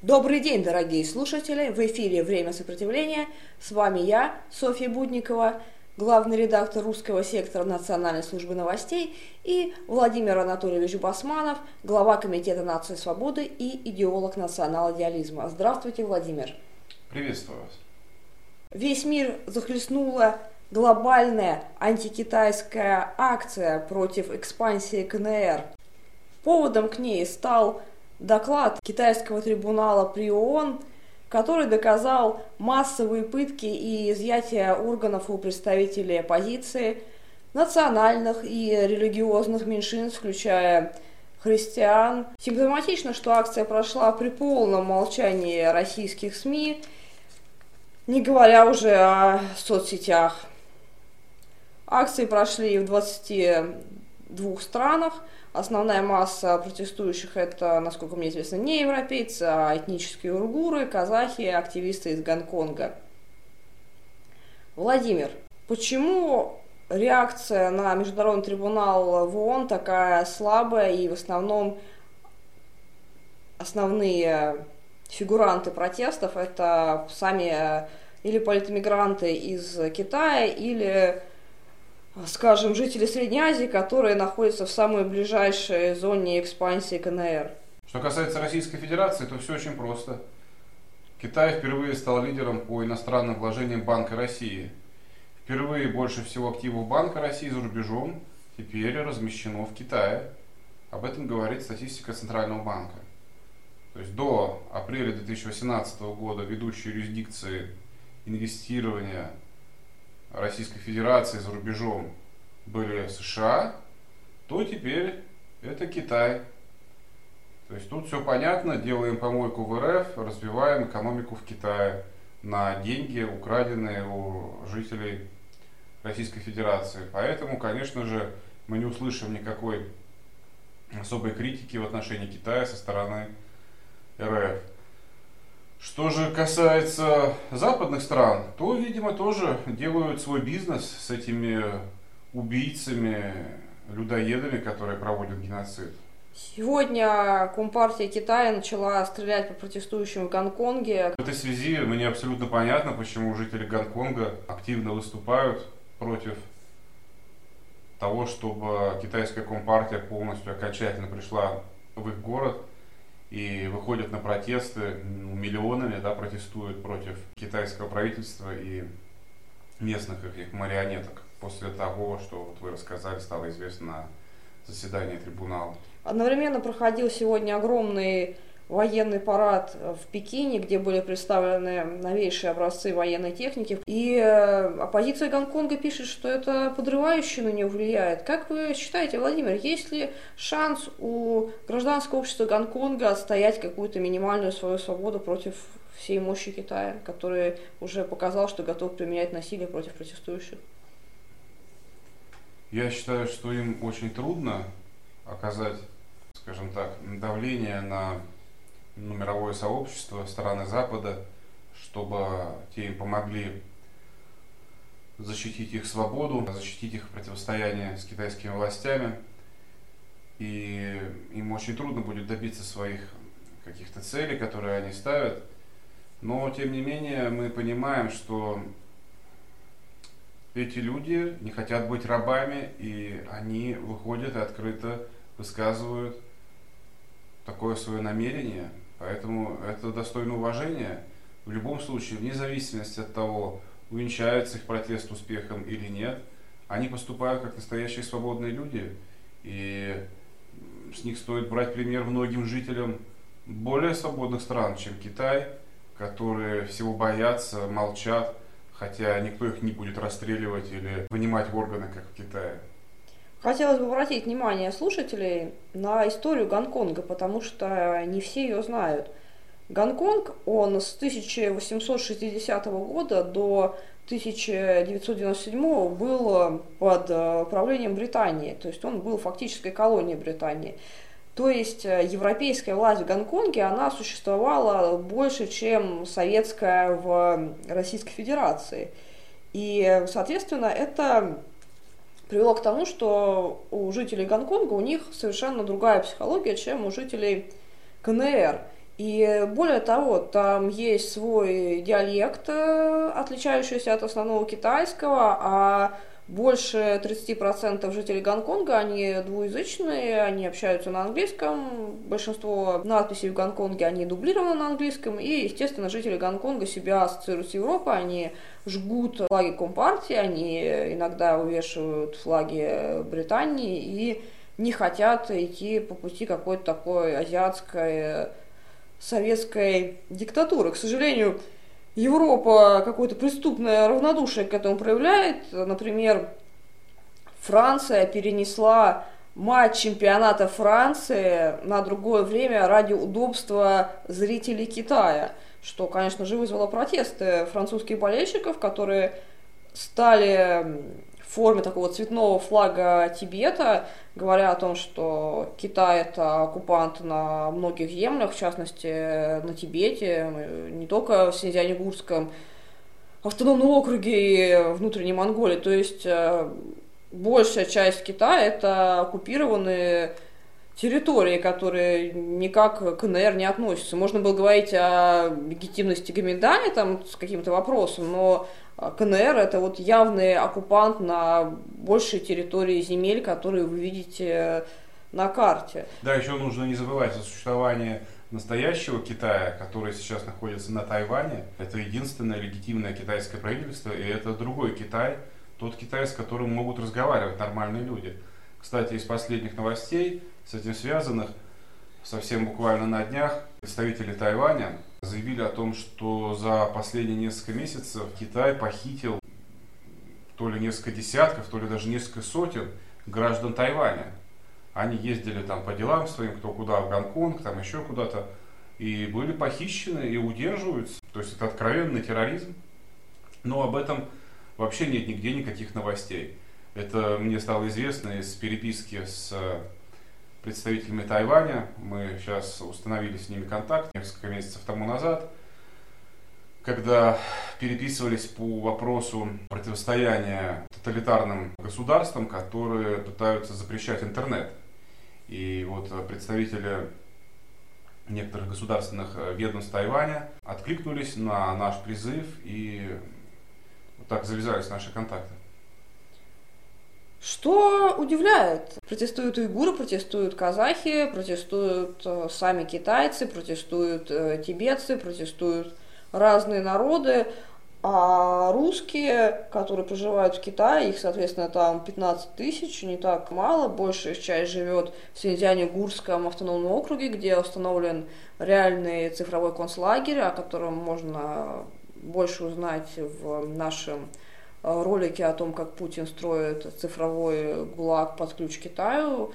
Добрый день, дорогие слушатели! В эфире «Время сопротивления». С вами я, Софья Будникова, главный редактор русского сектора Национальной службы новостей, и Владимир Анатольевич Басманов, глава Комитета нации свободы и идеолог национал-идеализма. Здравствуйте, Владимир! Приветствую вас! Весь мир захлестнула глобальная антикитайская акция против экспансии КНР. Поводом к ней стал доклад китайского трибунала при ООН, который доказал массовые пытки и изъятия органов у представителей оппозиции, национальных и религиозных меньшинств, включая христиан. Симптоматично, что акция прошла при полном молчании российских СМИ, не говоря уже о соцсетях. Акции прошли в 22 странах. Основная масса протестующих — это, насколько мне известно, не европейцы, а этнические уйгуры, казахи, активисты из Гонконга. Владимир, почему реакция на Международный трибунал в ООН такая слабая, и в основном основные фигуранты протестов — это сами или политэмигранты из Китая, или, скажем, жители Средней Азии, которые находятся в самой ближайшей зоне экспансии КНР? Что касается Российской Федерации, то все очень просто. Китай впервые стал лидером по иностранным вложениям Банка России. Впервые больше всего активов Банка России за рубежом теперь размещено в Китае. Об этом говорит статистика Центрального банка. То есть до апреля 2018 года ведущей юрисдикции инвестирования Российской Федерации за рубежом были США, то теперь это Китай. То есть тут все понятно, делаем помойку в РФ, развиваем экономику в Китае на деньги, украденные у жителей Российской Федерации. Поэтому, конечно же, мы не услышим никакой особой критики в отношении Китая со стороны РФ. Что же касается западных стран, то, видимо, тоже делают свой бизнес с этими убийцами, людоедами, которые проводят геноцид. Сегодня Компартия Китая начала стрелять по протестующим в Гонконге. В этой связи мне абсолютно понятно, почему жители Гонконга активно выступают против того, чтобы китайская Компартия полностью окончательно пришла в их город. И выходят на протесты миллионами, протестуют против китайского правительства и местных их марионеток после того, что вот вы рассказали, стало известно на заседании трибунала. Одновременно проходил сегодня огромный военный парад в Пекине, где были представлены новейшие образцы военной техники. И оппозиция Гонконга пишет, что это подрывающе на нее влияет. Как вы считаете, Владимир, есть ли шанс у гражданского общества Гонконга отстоять какую-то минимальную свою свободу против всей мощи Китая, который уже показал, что готов применять насилие против протестующих? Я считаю, что им очень трудно оказать, скажем так, давление на мировое сообщество, страны Запада, чтобы те им помогли защитить их свободу, защитить их противостояние с китайскими властями. И им очень трудно будет добиться своих каких-то целей, которые они ставят. Но, тем не менее, мы понимаем, что эти люди не хотят быть рабами, и они выходят и открыто высказывают такое свое намерение. Поэтому это достойно уважения. В любом случае, вне зависимости от того, увенчается их протест успехом или нет, они поступают как настоящие свободные люди. И с них стоит брать пример многим жителям более свободных стран, чем Китай, которые всего боятся, молчат, хотя никто их не будет расстреливать или вынимать органы, как в Китае. Хотелось бы обратить внимание слушателей на историю Гонконга, потому что не все ее знают. Гонконг, он с 1860 года до 1997 был под правлением Британии, то есть он был фактической колонией Британии. То есть европейская власть в Гонконге, она существовала больше, чем советская в Российской Федерации. И, соответственно, это привело к тому, что у жителей Гонконга у них совершенно другая психология, чем у жителей КНР. И более того, там есть свой диалект, отличающийся от основного китайского, а больше 30% жителей Гонконга, они двуязычные, они общаются на английском, большинство надписей в Гонконге, они дублированы на английском, и, естественно, жители Гонконга себя ассоциируют с Европой, они жгут флаги Компартии, они иногда вывешивают флаги Британии и не хотят идти по пути какой-то такой азиатской, советской диктатуры. К сожалению, Европа какое-то преступное равнодушие к этому проявляет. Например, Франция перенесла матч чемпионата Франции на другое время ради удобства зрителей Китая, что, конечно же, вызвало протесты французских болельщиков, которые стали в форме такого цветного флага Тибета, говоря о том, что Китай это оккупант на многих землях, в частности на Тибете, не только в Синьцзянь-Уйгурском автономном округе и внутренней Монголии. То есть большая часть Китая это оккупированные территории, которые никак к КНР не относятся. Можно было говорить о легитимности Гоминдана там с каким-то вопросом, но КНР это вот явный оккупант на большей территории земель, которые вы видите на карте. Да, еще нужно не забывать о существовании настоящего Китая, который сейчас находится на Тайване. Это единственное легитимное китайское правительство, и это другой Китай, тот Китай, с которым могут разговаривать нормальные люди. Кстати, из последних новостей, с этим связанных, совсем буквально на днях, представители Тайваня заявили о том, что за последние несколько месяцев Китай похитил то ли несколько десятков, то ли даже несколько сотен граждан Тайваня. Они ездили там по делам своим, кто куда, в Гонконг, там еще куда-то, и были похищены и удерживаются. То есть это откровенный терроризм. Но об этом вообще нет нигде никаких новостей. Это мне стало известно из переписки с представителями Тайваня. Мы сейчас установили с ними контакт несколько месяцев тому назад, когда переписывались по вопросу противостояния тоталитарным государствам, которые пытаются запрещать интернет. И вот представители некоторых государственных ведомств Тайваня откликнулись на наш призыв, и вот так завязались наши контакты. Что удивляет? Протестуют уйгуры, протестуют казахи, протестуют сами китайцы, протестуют тибетцы, протестуют разные народы, а русские, которые проживают в Китае, их, соответственно, там 15 тысяч, не так мало, большая часть живет в Синьцзянь-Уйгурском автономном округе, где установлен реальный цифровой концлагерь, о котором можно больше узнать в нашем ролики о том, как Путин строит цифровой ГУЛАГ под ключ Китаю.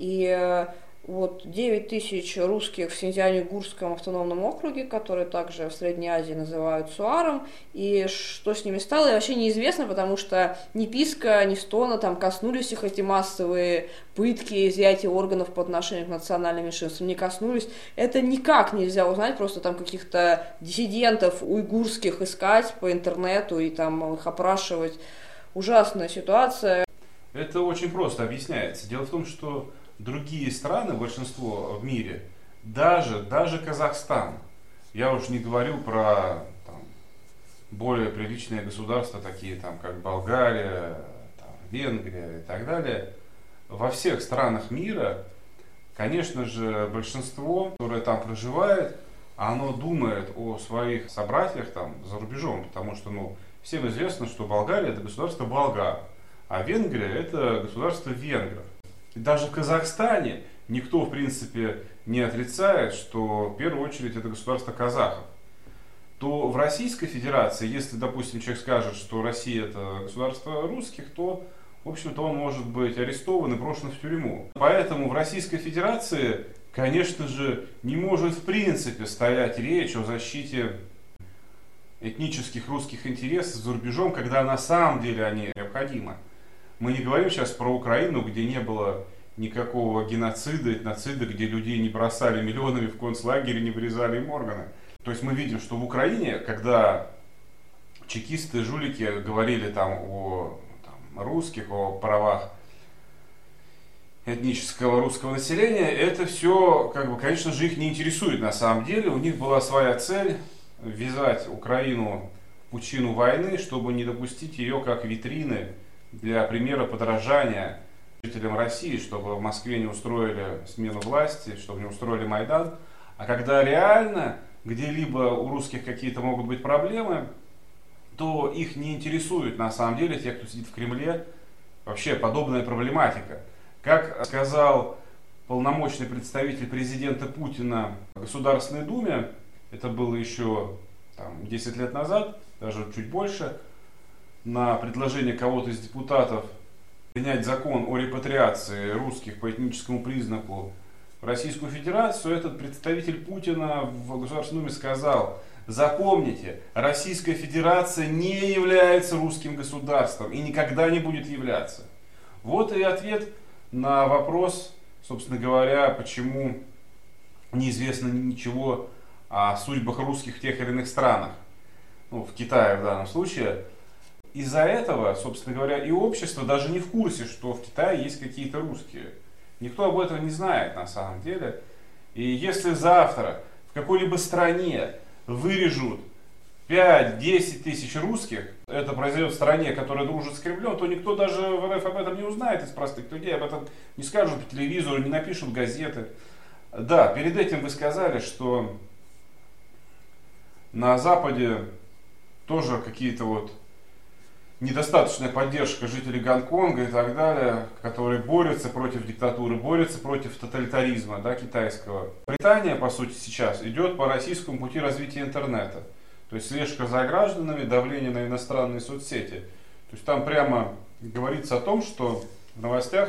И вот 9 тысяч русских в Синьцзянь-Уйгурском автономном округе, который также в Средней Азии называют СУАРом. И что с ними стало, вообще неизвестно, потому что ни Писка, ни Стона там коснулись их эти массовые пытки, изъятия органов по отношению к национальным меньшинствам, не коснулись. Это никак нельзя узнать, просто там каких-то диссидентов уйгурских искать по интернету и там их опрашивать. Ужасная ситуация. Это очень просто объясняется. Дело в том, что другие страны, большинство в мире, даже Казахстан, я уж не говорю про там, более приличные государства, такие там, как Болгария, там, Венгрия и так далее, во всех странах мира, конечно же, большинство, которое там проживает, оно думает о своих собратьях там за рубежом, потому что, всем известно, что Болгария это государство болгар, а Венгрия это государство венгров. И даже в Казахстане никто, в принципе, не отрицает, что в первую очередь это государство казахов. То в Российской Федерации, если, допустим, человек скажет, что Россия это государство русских, то, в общем-то, он может быть арестован и брошен в тюрьму. Поэтому в Российской Федерации, конечно же, не может в принципе стоять речь о защите этнических русских интересов за рубежом, когда на самом деле они необходимы. Мы не говорим сейчас про Украину, где не было никакого геноцида, этноцида, где людей не бросали миллионами в концлагерь и не вырезали им органы. То есть мы видим, что в Украине, когда чекисты, жулики говорили там о русских, о правах этнического русского населения, это все, конечно же, их не интересует на самом деле. У них была своя цель ввязать Украину в пучину войны, чтобы не допустить ее как витрины для примера подражания жителям России, чтобы в Москве не устроили смену власти, чтобы не устроили Майдан. А когда реально где-либо у русских какие-то могут быть проблемы, то их не интересует на самом деле, тех, кто сидит в Кремле, вообще подобная проблематика. Как сказал полномочный представитель президента Путина в Государственной Думе, это было еще 10 лет назад, даже чуть больше, на предложение кого-то из депутатов принять закон о репатриации русских по этническому признаку в Российскую Федерацию, этот представитель Путина в Государственной Думе сказал: запомните, Российская Федерация не является русским государством и никогда не будет являться. Вот и ответ на вопрос, собственно говоря, почему неизвестно ничего о судьбах русских в тех или иных странах, в Китае в данном случае. Из-за этого, собственно говоря, и общество даже не в курсе, что в Китае есть какие-то русские. Никто об этом не знает на самом деле. И если завтра в какой-либо стране вырежут 5-10 тысяч русских, это произойдет в стране, которая дружит с Кремлем, то никто даже в РФ об этом не узнает из простых людей, об этом не скажут по телевизору, не напишут газеты. Да, перед этим вы сказали, что на Западе тоже какие-то недостаточная поддержка жителей Гонконга и так далее, которые борются против диктатуры, борются против тоталитаризма, китайского. Британия, по сути, сейчас идет по российскому пути развития интернета. То есть слежка за гражданами, давление на иностранные соцсети. То есть там прямо говорится о том, что в новостях,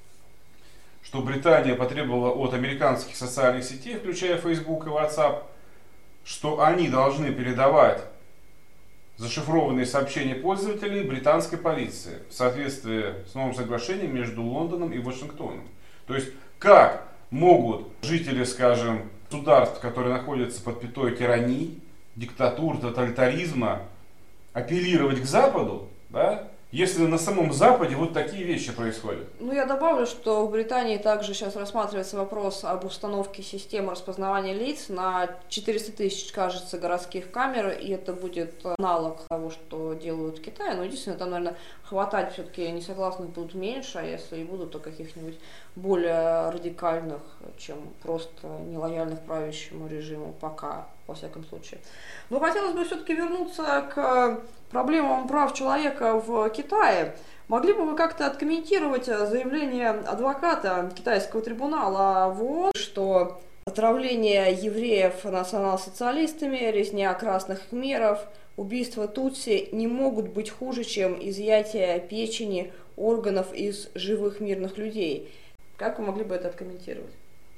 что Британия потребовала от американских социальных сетей, включая Facebook и WhatsApp, что они должны передавать зашифрованные сообщения пользователей британской полиции в соответствии с новым соглашением между Лондоном и Вашингтоном. То есть как могут жители, скажем, государств, которые находятся под пятой тирании, диктатур, тоталитаризма, апеллировать к Западу, если на самом Западе такие вещи происходят? Я добавлю, что в Британии также сейчас рассматривается вопрос об установке системы распознавания лиц на 400 тысяч, кажется, городских камер, и это будет аналог того, что делают в Китае. Но единственное, там, наверное, хватать все-таки несогласных будут меньше, а если и будут, то каких-нибудь более радикальных, чем просто нелояльных правящему режиму пока, во всяком случае. Но хотелось бы все-таки вернуться к проблемам прав человека в Китае. Могли бы вы как-то откомментировать заявление адвоката китайского трибунала в ООН, что отравление евреев национал-социалистами, резня красных khmerов, убийства тутси не могут быть хуже, чем изъятие печени, органов из живых мирных людей? Как вы могли бы это откомментировать?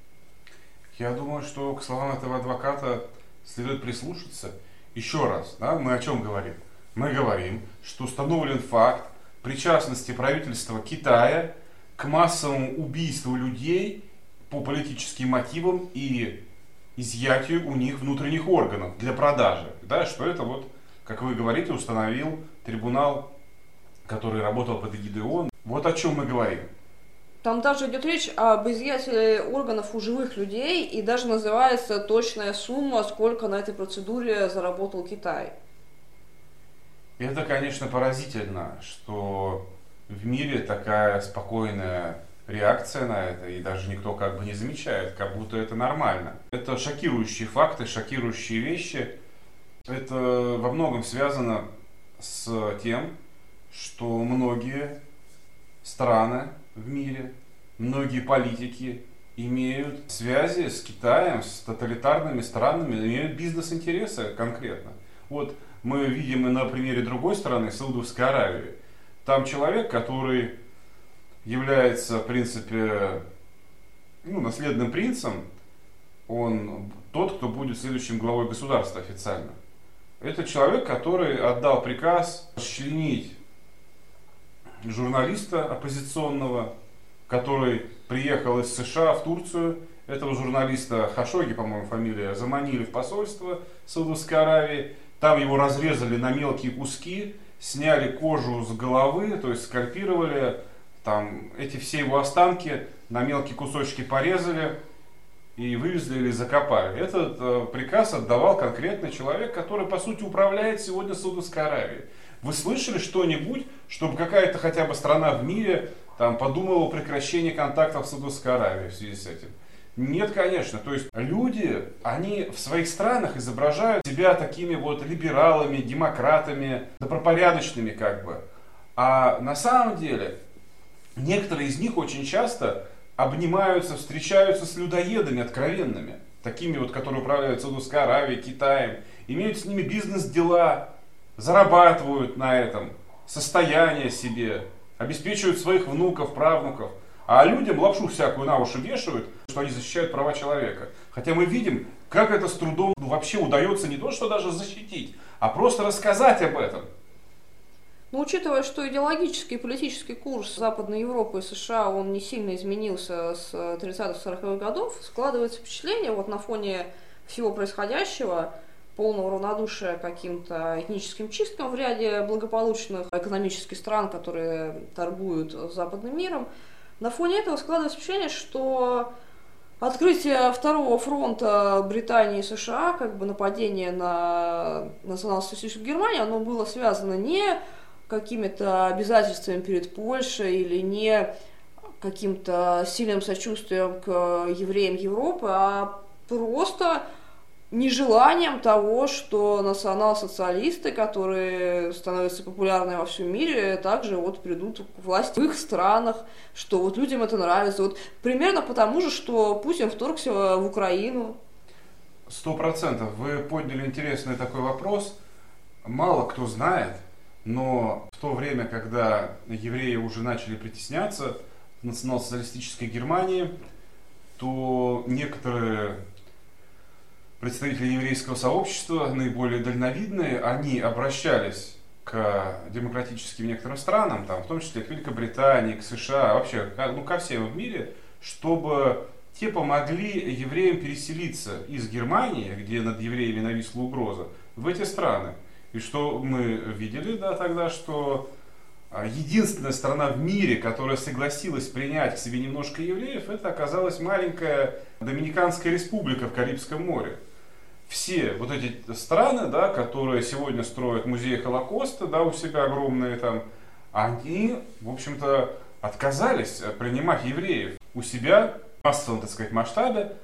Я думаю, что к словам этого адвоката следует прислушаться. Еще раз, мы о чем говорим? Мы говорим, что установлен факт причастности правительства Китая к массовому убийству людей по политическим мотивам и изъятию у них внутренних органов для продажи. Что это, как вы говорите, установил трибунал, который работал под эгидой ООН. Вот о чем мы говорим. Там даже идет речь об изъятии органов у живых людей, и даже называется точная сумма, сколько на этой процедуре заработал Китай. Это, конечно, поразительно, что в мире такая спокойная реакция на это, и даже никто не замечает, как будто это нормально. Это шокирующие факты, шокирующие вещи. Это во многом связано с тем, что многие страны в мире, многие политики имеют связи с Китаем, с тоталитарными странами, имеют бизнес-интересы конкретно. Мы видим и на примере другой страны, Саудовской Аравии. Там человек, который является, в принципе, наследным принцем, он тот, кто будет следующим главой государства официально. Это человек, который отдал приказ расчленить журналиста оппозиционного, который приехал из США в Турцию. Этого журналиста, Хашоги, по-моему, фамилия, заманили в посольство Саудовской Аравии. Там его разрезали на мелкие куски, сняли кожу с головы, то есть скальпировали. Эти все его останки на мелкие кусочки порезали и вывезли или закопали. Этот приказ отдавал конкретный человек, который, по сути, управляет сегодня Саудовской Аравией. Вы слышали что-нибудь, чтобы какая-то хотя бы страна в мире там подумала о прекращении контактов с Саудовской Аравией в связи с этим? Нет, конечно. То есть люди, они в своих странах изображают себя такими вот либералами, демократами, добропорядочными как бы. А на самом деле некоторые из них очень часто обнимаются, встречаются с людоедами откровенными, такими вот, которые управляют Саудовской Аравией, Китаем, имеют с ними бизнес-дела, зарабатывают на этом, состояние себе, обеспечивают своих внуков, правнуков. А людям лапшу всякую на уши вешают, что они защищают права человека. Хотя мы видим, как это с трудом вообще удается не то, что даже защитить, а просто рассказать об этом. Но учитывая, что идеологический и политический курс Западной Европы и США, он не сильно изменился с 30-40-х годов, складывается впечатление вот на фоне всего происходящего, полного равнодушия к каким-то этническим чисткам в ряде благополучных экономических стран, которые торгуют с западным миром. На фоне этого складывается впечатление, что открытие второго фронта Британии и США, как бы нападение на национал-социалистическую Германию, оно было связано не какими-то обязательствами перед Польшей или не каким-то сильным сочувствием к евреям Европы, а просто нежеланием того, что национал-социалисты, которые становятся популярны во всем мире, также вот придут к власти в их странах, что вот людям это нравится. Вот примерно потому же, что Путин вторгся в Украину. 100%. Вы подняли интересный такой вопрос. Мало кто знает, но в то время, когда евреи уже начали притесняться в национал-социалистической Германии, то некоторые представители еврейского сообщества, наиболее дальновидные, они обращались к демократическим некоторым странам, там, в том числе к Великобритании, к США, вообще ко всем в мире, чтобы те помогли евреям переселиться из Германии, где над евреями нависла угроза, в эти страны. И что мы видели, да, тогда, что единственная страна в мире, которая согласилась принять к себе немножко евреев, это оказалась маленькая Доминиканская республика в Карибском море. Все вот эти страны, да, которые сегодня строят музей Холокоста, да, у себя огромные там, они, в общем-то, отказались принимать евреев у себя в массовом, так сказать, масштабе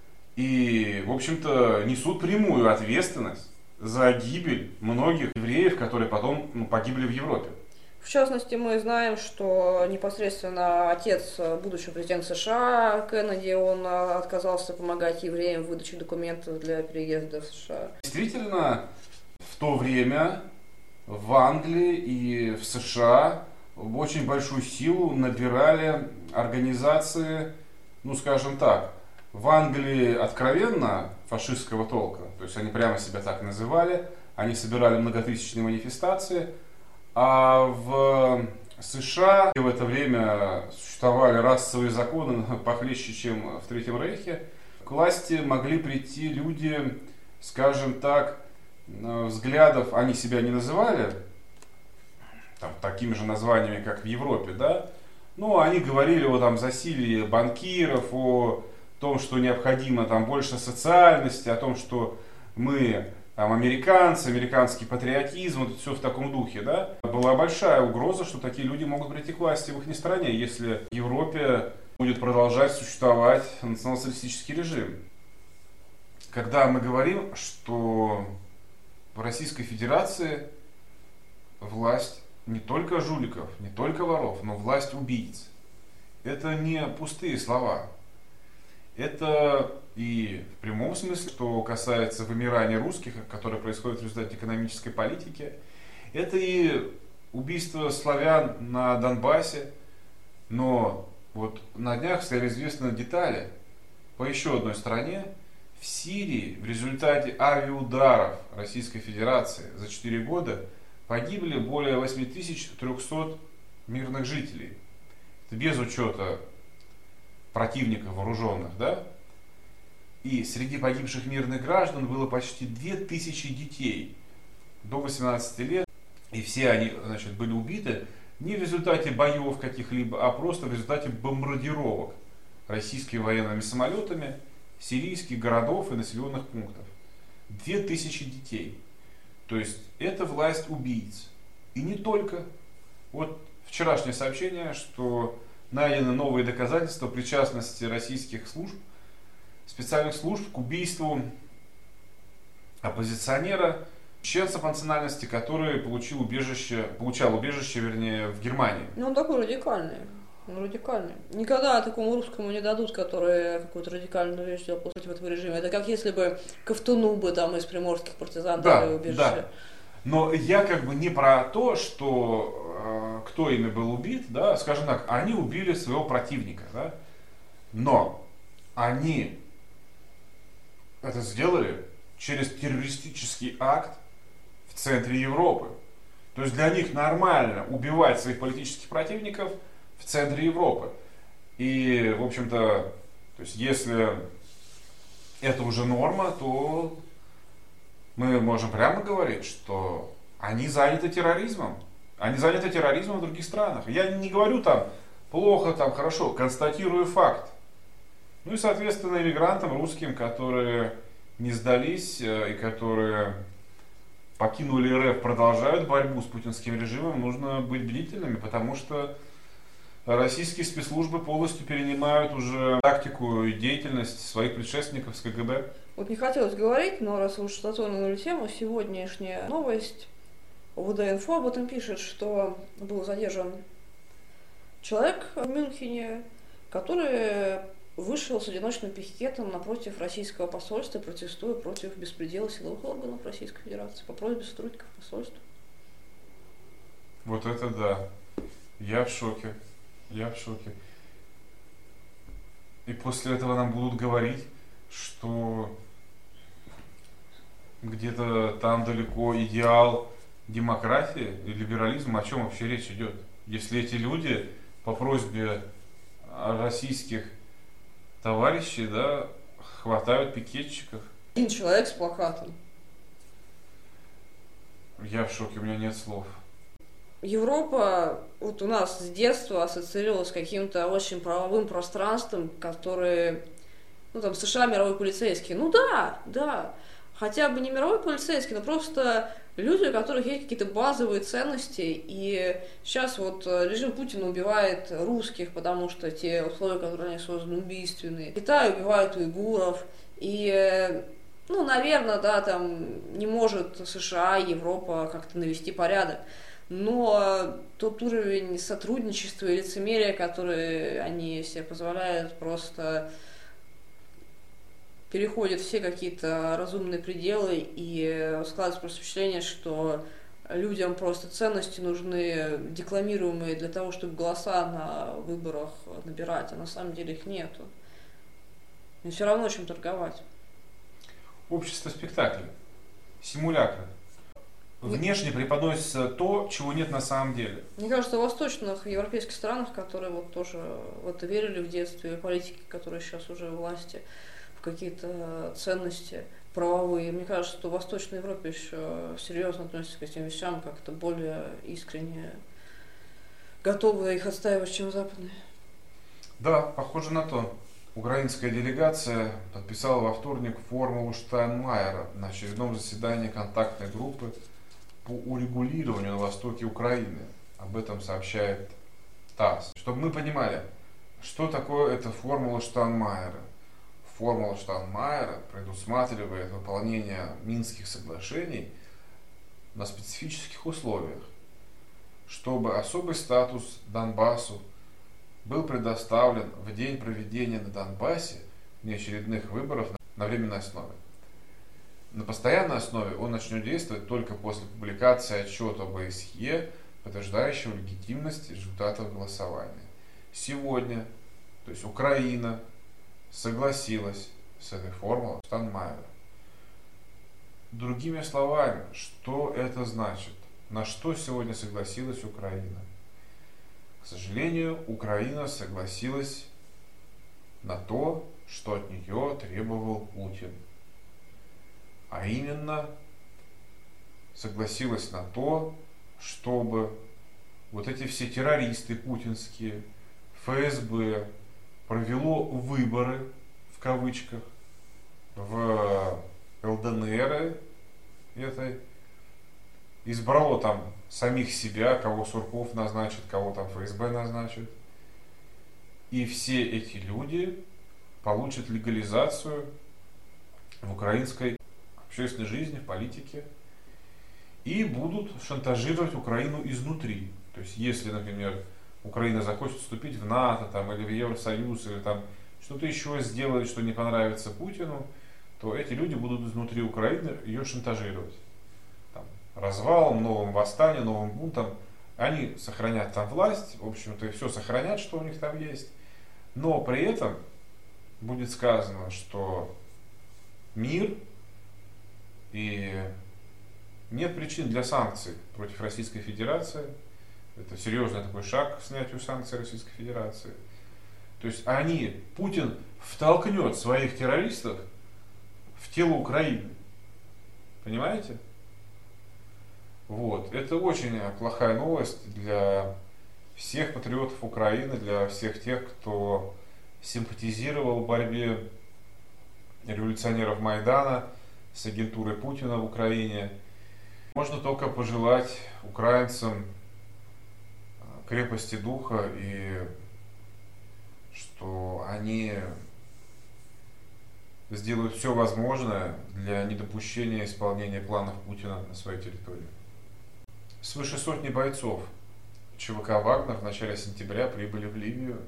и, в общем-то, несут прямую ответственность за гибель многих евреев, которые потом погибли в Европе. В частности, мы знаем, что непосредственно отец будущего президента США Кеннеди, он отказался помогать евреям в выдаче документов для переезда в США. Действительно, в то время в Англии и в США очень большую силу набирали организации, ну скажем так, в Англии откровенно фашистского толка, то есть они прямо себя так называли, они собирали многотысячные манифестации. А в США в это время существовали расовые законы похлеще, чем в Третьем Рейхе. К власти могли прийти люди, скажем так, взглядов, они себя не называли там, такими же названиями, как в Европе, да? Но они говорили о там, засилии банкиров, о том, что необходимо там, больше социальности, о том, что мы там, американцы, американский патриотизм, вот все в таком духе, да? Была большая угроза, что такие люди могут прийти к власти в их стране, если в Европе будет продолжать существовать национал-социалистический режим. Когда мы говорим, что в Российской Федерации власть не только жуликов, не только воров, но власть убийц, это не пустые слова. Это и в прямом смысле, что касается вымирания русских, которое происходит в результате экономической политики. Это и убийство славян на Донбассе. Но вот на днях стали известны детали по еще одной стране. В Сирии в результате авиаударов Российской Федерации за 4 года погибли более 8300 мирных жителей. Это без учета противников вооруженных, да? И среди погибших мирных граждан было почти 2000 детей до 18 лет. И все они, значит, были убиты не в результате боев каких-либо, а просто в результате бомбардировок российскими военными самолетами сирийских городов и населенных пунктов. 2000 детей. То есть это власть убийц. И не только. Вот вчерашнее сообщение, что найдены новые доказательства причастности российских служб, специальных служб к убийству оппозиционера, чеченца по национальности, который получал убежище в Германии. Ну, он такой радикальный. Он радикальный. Никогда такому русскому не дадут, который какую-то радикальную вещь делал против этого режима. Это как если бы Ковтуну бы там из приморских партизан дали убежище. Да. Но я как бы не про то, что кто ими был убит, да, скажем так, они убили своего противника, да, но они это сделали через террористический акт в центре Европы. То есть для них нормально убивать своих политических противников в центре Европы. И, в общем-то, то есть если это уже норма, то мы можем прямо говорить, что они заняты терроризмом. Они заняты терроризмом в других странах. Я не говорю там плохо, там хорошо, констатирую факт. Ну и, соответственно, иммигрантам русским, которые не сдались и которые покинули РФ, продолжают борьбу с путинским режимом, нужно быть бдительными, потому что российские спецслужбы полностью перенимают уже тактику и деятельность своих предшественников с КГБ. Вот не хотелось говорить, но раз вы уж затронули тему, сегодняшняя новость, ОВД-инфо об этом пишет, что был задержан человек в Мюнхене, который вышел с одиночным пикетом напротив российского посольства, протестуя против беспредела силовых органов Российской Федерации по просьбе сотрудников посольства. Вот это да. Я в шоке. Я в шоке. И после этого нам будут говорить, что где-то там далеко идеал демократии и либерализма. О чем вообще речь идет? Если эти люди по просьбе российских товарищей, да, хватают пикетчиков. Один человек с плакатом. Я в шоке, у меня нет слов. Европа вот у нас с детства ассоциировалась с каким-то очень правовым пространством, которое, ну там США мировой полицейский. Ну да, хотя бы не мировой полицейский, но просто люди, у которых есть какие-то базовые ценности. И сейчас вот режим Путина убивает русских, потому что те условия, которые они созданы, убийственные. Китай убивает уйгуров. И, ну, наверное, да, там не может США, Европа как-то навести порядок. Но тот уровень сотрудничества и лицемерия, который они себе позволяют, просто переходит все какие-то разумные пределы, и складывается просто впечатление, что людям просто ценности нужны декламируемые для того, чтобы голоса на выборах набирать, а на самом деле их нету. И все равно чем торговать. Общество спектакля, симулякры. Внешне преподносится то, чего нет на самом деле. Мне кажется, в восточных европейских странах, которые вот тоже в это верили в детстве, политики, которые сейчас уже у власти, в какие-то ценности правовые, мне кажется, что в Восточной Европе еще серьезно относятся к этим вещам, как-то более искренне готовы их отстаивать, чем западные. Да, похоже на то. Украинская делегация подписала во вторник формулу Штайнмайера на очередном заседании контактной группы по урегулированию на востоке Украины. Об этом сообщает ТАСС. Чтобы мы понимали, что такое эта формула Штайнмайера. Формула Штайнмайера предусматривает выполнение Минских соглашений на специфических условиях, чтобы особый статус Донбассу был предоставлен в день проведения на Донбассе неочередных выборов на временной основе. На постоянной основе он начнет действовать только после публикации отчета ОБСЕ, подтверждающего легитимность результатов голосования. Сегодня, то есть Украина согласилась с этой формулой Штайнмайера. Другими словами, что это значит? На что сегодня согласилась Украина? К сожалению, Украина согласилась на то, что от нее требовал Путин. А именно, согласилась на то, чтобы вот эти все террористы путинские, ФСБ, провело выборы, в кавычках, в ЛДНР этой, избрало там самих себя, кого Сурков назначит, кого там ФСБ назначит. И все эти люди получат легализацию в украинской общественной жизни, в политике и будут шантажировать Украину изнутри. То есть, если, например, Украина захочет вступить в НАТО там, или в Евросоюз, или там что-то еще сделает, что не понравится Путину, то эти люди будут изнутри Украины ее шантажировать. Там, развалом, новым восстанием, новым бунтом. Они сохранят там власть, в общем-то, и все сохранят, что у них там есть. Но при этом будет сказано, что мир и нет причин для санкций против Российской Федерации. Это серьезный такой шаг к снятию санкций Российской Федерации. То есть Путин втолкнет своих террористов в тело Украины. Понимаете? Вот. Это очень плохая новость для всех патриотов Украины, для всех тех, кто симпатизировал борьбе революционеров Майдана с агентурой Путина в Украине. Можно только пожелать украинцам крепости духа и что они сделают все возможное для недопущения исполнения планов Путина на своей территории. Свыше сотни бойцов ЧВК «Вагнер» в начале сентября прибыли в Ливию,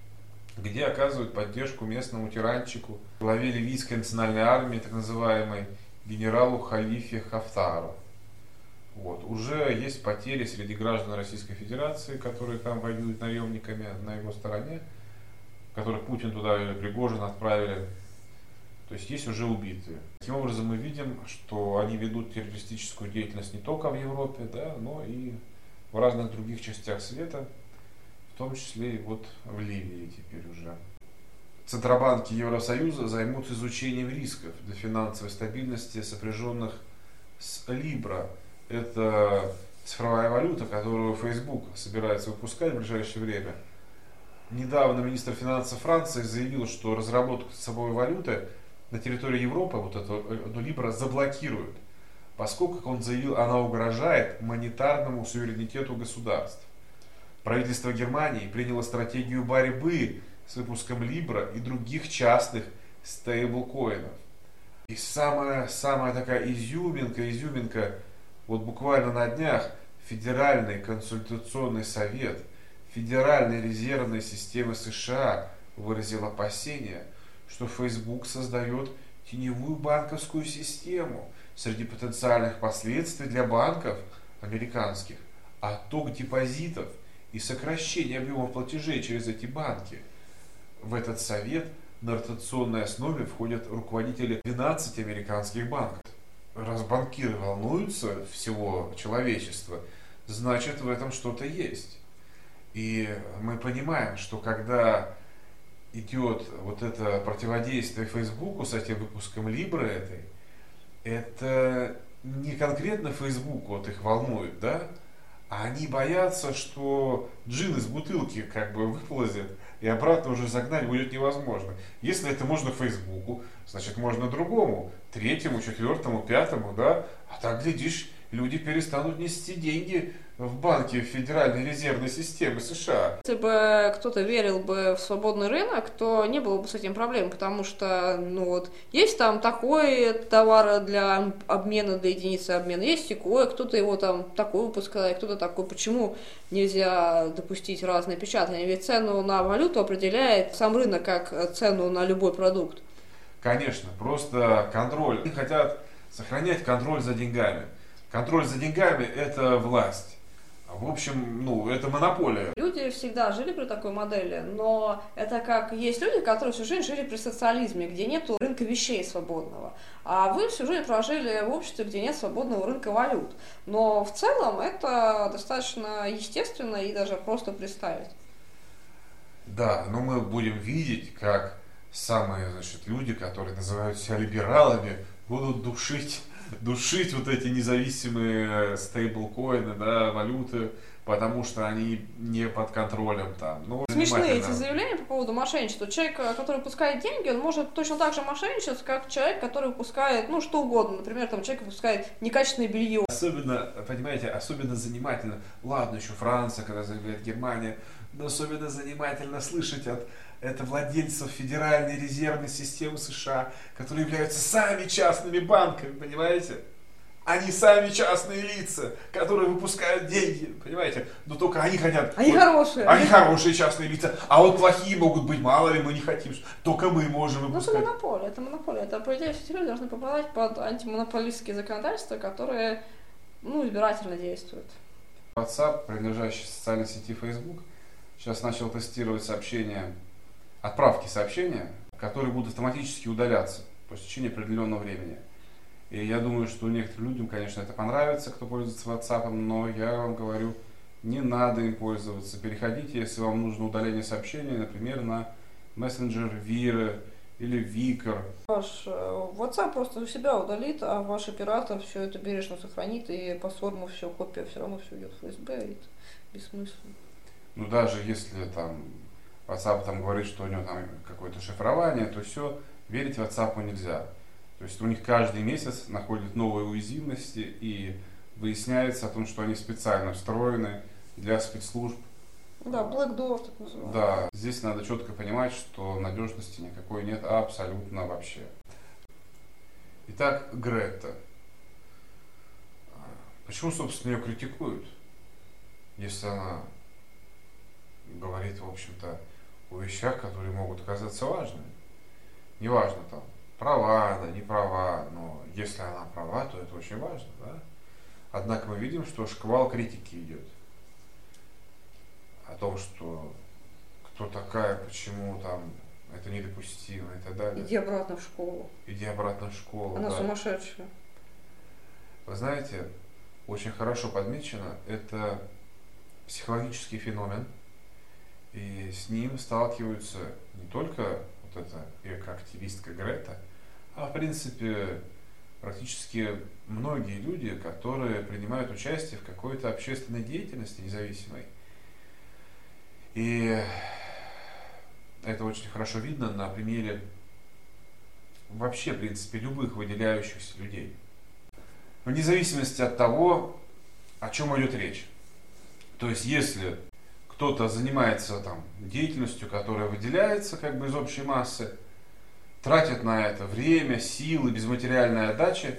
где оказывают поддержку местному тиранчику, главе ливийской национальной армии, так называемой, генералу Халифе Хафтару. Вот. Уже есть потери среди граждан Российской Федерации, которые там воюют наемниками на его стороне, которых Путин туда или Пригожин отправили. То есть есть уже убитые. Таким образом мы видим, что они ведут террористическую деятельность не только в Европе, да, но и в разных других частях света, в том числе и вот в Ливии теперь уже. Центробанки Евросоюза займутся изучением рисков для финансовой стабильности, сопряженных с Libra. Это цифровая валюта, которую Facebook собирается выпускать в ближайшее время. Недавно министр финансов Франции заявил, что разработку цифровой валюты на территории Европы, вот эту Libra, заблокируют, поскольку, как он заявил, она угрожает монетарному суверенитету государств. Правительство Германии приняло стратегию борьбы с выпуском Libra и других частных стейблкоинов. И самая такая изюминка, вот буквально на днях Федеральный консультационный совет Федеральной резервной системы США выразил опасения, что Facebook создает теневую банковскую систему. Среди потенциальных последствий для банков американских отток депозитов и сокращение объемов платежей через эти банки. В этот совет на ротационной основе входят руководители 12 американских банков. Раз банкиры волнуются всего человечества, значит в этом что-то есть. И мы понимаем, что когда идет вот это противодействие Фейсбуку с этим выпуском Libra этой, это не конкретно Facebook вот их волнует, да? А они боятся, что джин из бутылки как бы выплывет и обратно уже загнать будет невозможно. Если это можно Фейсбуку, значит можно другому, третьему, четвертому, пятому, да? А так, глядишь, люди перестанут нести деньги в банке Федеральной резервной системы США. Если бы кто-то верил бы в свободный рынок, то не было бы с этим проблем, потому что, есть там такой товар для обмена, для единицы обмена, есть такое, кто-то его там такой выпускает, кто-то такой. Почему нельзя допустить разные печатания? Ведь цену на валюту определяет сам рынок, как цену на любой продукт. Конечно, просто контроль. Они хотят сохранять контроль за деньгами. Контроль за деньгами – это власть. В общем, это монополия. Люди всегда жили при такой модели, но это как есть люди, которые всю жизнь жили при социализме, где нет рынка вещей свободного. А вы всю жизнь прожили в обществе, где нет свободного рынка валют. Но в целом это достаточно естественно и даже просто представить. Да, но мы будем видеть, как самые люди, которые называют себя либералами, будут душить душить вот эти независимые стейблкоины, да, валюты, потому что они не под контролем там. Ну, смешные эти заявления по поводу мошенничества. Человек, который выпускает деньги, он может точно так же мошенничать, как человек, который выпускает, ну, что угодно. Например, там человек выпускает некачественное белье. Особенно, понимаете, особенно занимательно, ладно, еще Франция, когда заявляет Германия, но особенно занимательно слышать от владельцев Федеральной резервной системы США, которые являются сами частными банками, понимаете? Они сами частные лица, которые выпускают деньги, понимаете? Но только они хотят... Они хорошие. Они хорошие частные лица. А вот плохие могут быть, мало ли, мы не хотим. Только мы можем выпускать. Ну, это монополия, это монополия. Это, по идее, все эти люди должны попадать под антимонополистские законодательства, которые, ну, избирательно действуют. WhatsApp, принадлежащий социальной сети Facebook, сейчас начал тестировать сообщения, отправки сообщения, которые будут автоматически удаляться по течение определенного времени. И я думаю, что некоторым людям, конечно, это понравится, кто пользуется WhatsApp, но я вам говорю, не надо им пользоваться. Переходите, если вам нужно удаление сообщений, например, на мессенджер Вира или Викер. Ваш WhatsApp просто у себя удалит, а ваш оператор все это бережно сохранит, и по форму все, копия все равно все идет в ФСБ, и это бессмысленно. Ну, даже если там WhatsApp там говорит, что у него там какое-то шифрование, то все, верить WhatsApp нельзя. То есть у них каждый месяц находят новые уязвимости и выясняется о том, что они специально встроены для спецслужб. Да, Black Door так называемый. Да, здесь надо четко понимать, что надежности никакой нет абсолютно вообще. Итак, Грета. Почему, собственно, ее критикуют, если она говорит, в общем-то, о вещах, которые могут оказаться важными? Неважно там, права она, не права, но если она права, то это очень важно, да? Однако мы видим, что шквал критики идет. О том, что кто такая, почему там это недопустимо и так далее. Иди обратно в школу. Иди обратно в школу. Она да. сумасшедшая. Вы знаете, очень хорошо подмечено, это психологический феномен, и с ним сталкиваются не только вот эта экоактивистка Грета, а в принципе практически многие люди, которые принимают участие в какой-то общественной деятельности независимой. И это очень хорошо видно на примере вообще, в принципе, любых выделяющихся людей. Вне зависимости от того, о чем идет речь. То есть, если кто-то занимается там деятельностью, которая выделяется как бы из общей массы, тратит на это время, силы, безматериальной отдачи,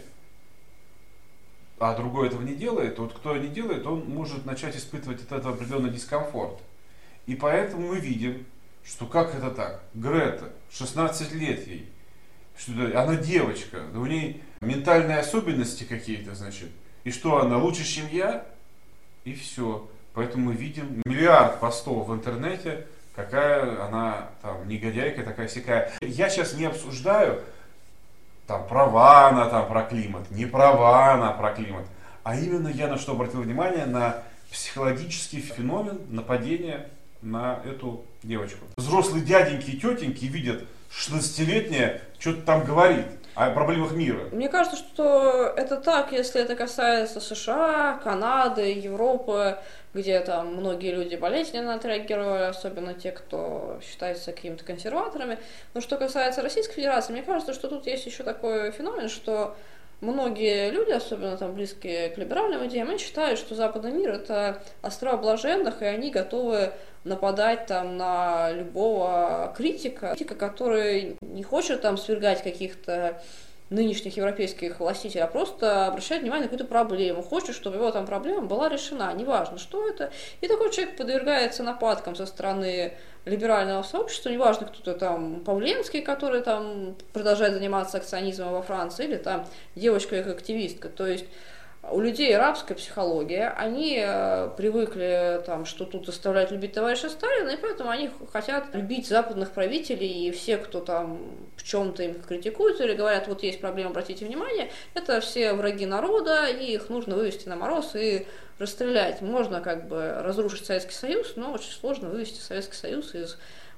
а другой этого не делает, то вот кто не делает, он может начать испытывать от этого определенный дискомфорт. И поэтому мы видим, что как это так? Грета, 16 лет ей, она девочка, да у ней ментальные особенности какие-то, значит. И что, она лучше, чем я? И все. Поэтому мы видим миллиард постов в интернете, какая она там негодяйка, такая сякая. Я сейчас не обсуждаю, там, права она там про климат, не права она про климат. А именно я на что обратил внимание, на психологический феномен нападения на эту девочку. Взрослые дяденьки и тетеньки видят, 16-летняя что-то там говорит о проблемах мира. Мне кажется, что это так, если это касается США, Канады, Европы, где там многие люди болезненно отреагировали, особенно те, кто считается какими-то консерваторами. Но что касается Российской Федерации, мне кажется, что тут есть еще такой феномен, что многие люди, особенно там близкие к либеральным идеям, они считают, что западный мир это острова блаженных, и они готовы нападать там на любого критика, который не хочет там свергать каких-то нынешних европейских властителей, а просто обращает внимание на какую-то проблему, хочет, чтобы его там проблема была решена, неважно, что это. И такой человек подвергается нападкам со стороны либерального сообщества, неважно, кто-то там Павленский, который там продолжает заниматься акционизмом во Франции, или там девочка-активистка. То есть у людей арабская психология, они привыкли, там, что тут заставляют любить товарища Сталина, и поэтому они хотят любить западных правителей, и все, кто там в чем-то им критикует или говорят, вот есть проблема, обратите внимание, это все враги народа, и их нужно вывести на мороз и расстрелять. Можно как бы разрушить Советский Союз, но очень сложно вывести Советский Союз из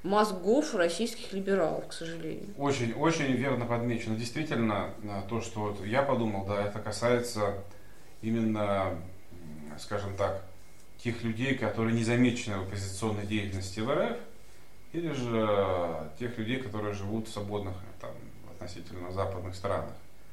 мозгов российских либералов, к сожалению. Очень, очень верно подмечено. Действительно, то, что вот я подумал, да, это касается именно, скажем так, тех людей, которые не замечены в оппозиционной деятельности в РФ, или же тех людей, которые живут в свободных, там, относительно западных странах.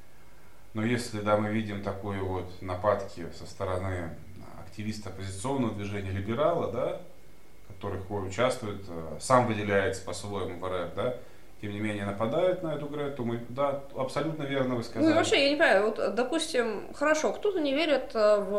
Но если, да, мы видим такие вот нападки со стороны активиста оппозиционного движения либерала, да, который участвует, сам выделяется по-своему в РФ, да, тем не менее нападают на эту Грету, мы, да, абсолютно верно вы сказали. Ну и вообще, я не понимаю, вот, допустим, хорошо, кто-то не верит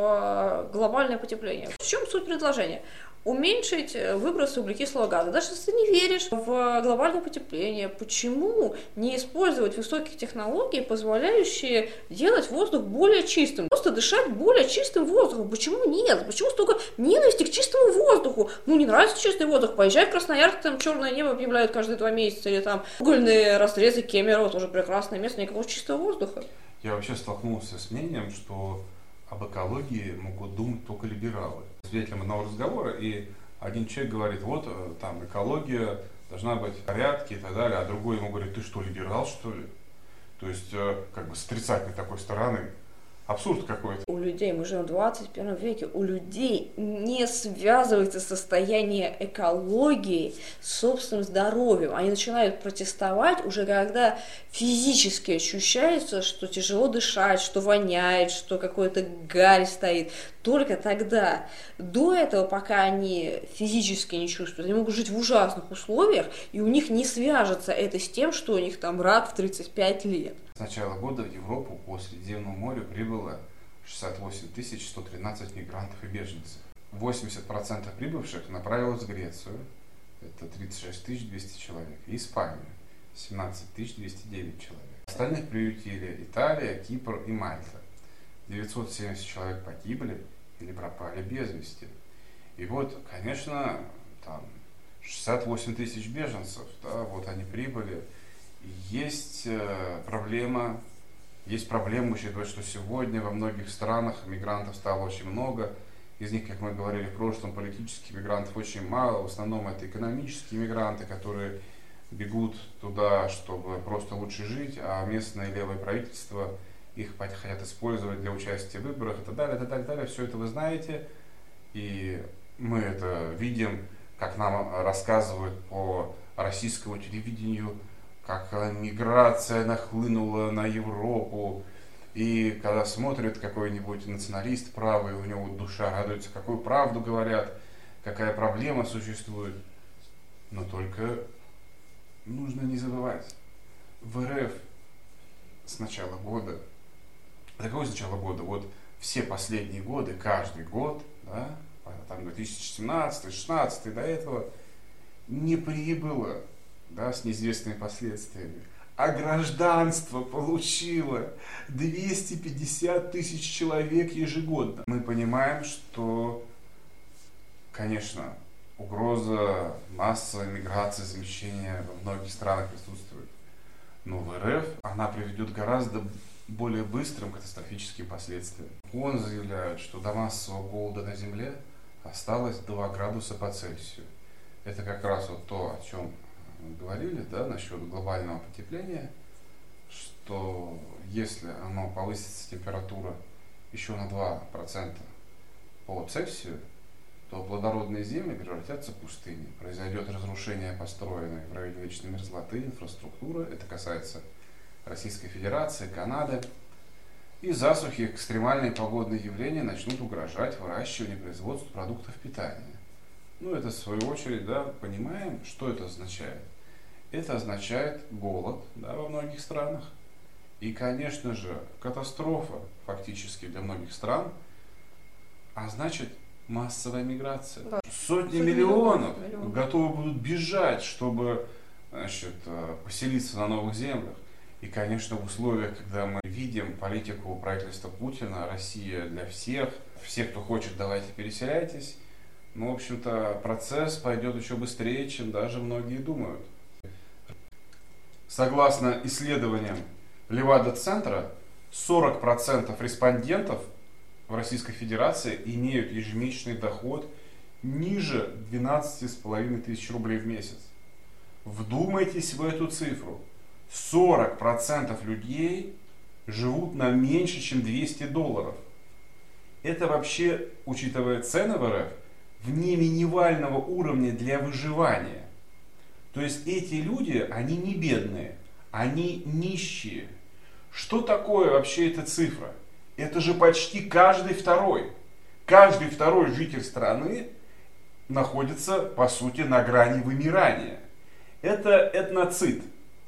в глобальное потепление. В чем суть предложения? Уменьшить выбросы углекислого газа. Даже если ты не веришь в глобальное потепление, почему не использовать высокие технологии, позволяющие делать воздух более чистым? Просто дышать более чистым воздухом. Почему нет? Почему столько ненависти к чистому воздуху? Ну, не нравится чистый воздух, поезжай в Красноярск, там черное небо объявляют каждые 2 месяца, или там угольные разрезы Кемерово, тоже прекрасное место, никакого чистого воздуха. Я вообще столкнулся с мнением, что об экологии могут думать только либералы. Свидетелем одного разговора, и один человек говорит, вот там экология должна быть в порядке и так далее, а другой ему говорит, ты что, либерал, что ли? То есть, как бы с отрицательной такой стороны. Абсурд какой-то. У людей, мы живем в 21 веке, у людей не связывается состояние экологии с собственным здоровьем. Они начинают протестовать уже когда физически ощущается, что тяжело дышать, что воняет, что какой-то гарь стоит. Только тогда. До этого, пока они физически не чувствуют, они могут жить в ужасных условиях, и у них не свяжется это с тем, что у них там рак в 35 лет. С начала года в Европу по Средиземному морю прибыло 68 113 мигрантов и беженцев. 80% прибывших направилось в Грецию, это 36 200 человек, и Испанию, 17 209 человек. Остальных приютили Италия, Кипр и Мальта. 970 человек погибли или пропали без вести. И вот, конечно, там 68 тысяч беженцев, да, вот они прибыли. Есть проблема, учитывая, что сегодня во многих странах мигрантов стало очень много. Из них, как мы говорили в прошлом, политических мигрантов очень мало. В основном это экономические мигранты, которые бегут туда, чтобы просто лучше жить, а местное левое правительство их хотят использовать для участия в выборах и так далее, и так далее, и так далее. Все это вы знаете, и мы это видим, как нам рассказывают по российскому телевидению, как миграция нахлынула на Европу, и когда смотрит какой-нибудь националист правый, у него душа радуется, какую правду говорят, какая проблема существует. Но только нужно не забывать, в РФ с начала года, какого с начала года, вот все последние годы, каждый год, да, там 2017, 2016 до этого, не прибыло, да, с неизвестными последствиями, а гражданство получило 250 тысяч человек ежегодно. Мы понимаем, что, конечно, угроза массовой миграции, замещения во многих странах присутствует. Но в РФ она приведет к гораздо более быстрым катастрофическим последствиям. Он заявляет, что до массового голода на Земле осталось 2 градуса по Цельсию. Это как раз вот то, о чем мы говорили, да, насчет глобального потепления, что если оно повысится температура еще на 2% по Цельсию, то плодородные земли превратятся в пустыни. Произойдет разрушение построенной в районе вечной мерзлоты инфраструктуры. Это касается Российской Федерации, Канады. И засухи, экстремальные погодные явления начнут угрожать выращиванию и производству продуктов питания. Ну, это в свою очередь, да, понимаем, что это означает. Это означает голод, да, во многих странах. И, конечно же, катастрофа фактически для многих стран, а значит массовая миграция. Да. Сотни миллионов готовы будут бежать, чтобы, значит, поселиться на новых землях. И, конечно, в условиях, когда мы видим политику правительства Путина, Россия для всех, кто хочет, давайте переселяйтесь, ну, в общем-то, процесс пойдет еще быстрее, чем даже многие думают. Согласно исследованиям Левада-центра, 40% респондентов в Российской Федерации имеют ежемесячный доход ниже 12,5 тысяч рублей в месяц. Вдумайтесь в эту цифру. 40% людей живут на меньше, чем $200. Это вообще, учитывая цены в РФ, вне минимального уровня для выживания. То есть эти люди, они не бедные, они нищие. Что такое вообще эта цифра? Это же почти каждый второй. Каждый второй житель страны находится, по сути, на грани вымирания. Это этноцид.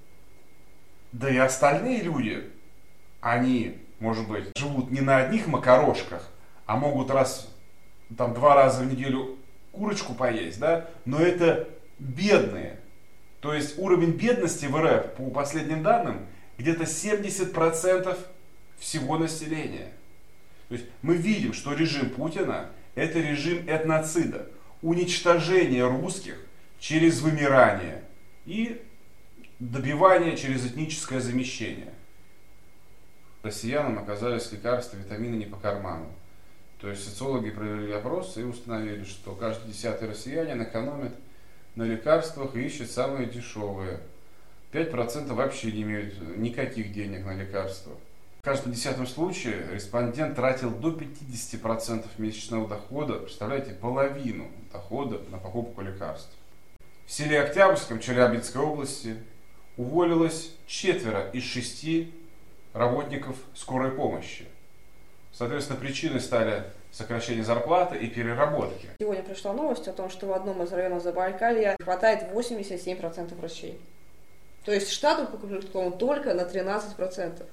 Да и остальные люди, они, может быть, живут не на одних макарошках, а могут два раза в неделю курочку поесть, да? Но это бедные. То есть уровень бедности в РФ, по последним данным, где-то 70% всего населения. То есть мы видим, что режим Путина – это режим этноцида, уничтожение русских через вымирание и добивание через этническое замещение. Россиянам оказались лекарства, витамины не по карману. То есть социологи провели опрос и установили, что каждый 10-й россиянин экономит на лекарствах и ищет самые дешевые. 5% вообще не имеют никаких денег на лекарства. В каждом 10-м случае респондент тратил до 50% месячного дохода, представляете, половину дохода на покупку лекарств. В селе Октябрьском Челябинской области уволилось 4 из 6 работников скорой помощи. Соответственно, причиной стали сокращение зарплаты и переработки. Сегодня пришла новость о том, что в одном из районов Забайкалья хватает 87% врачей. То есть штат укомплектован только на 13%.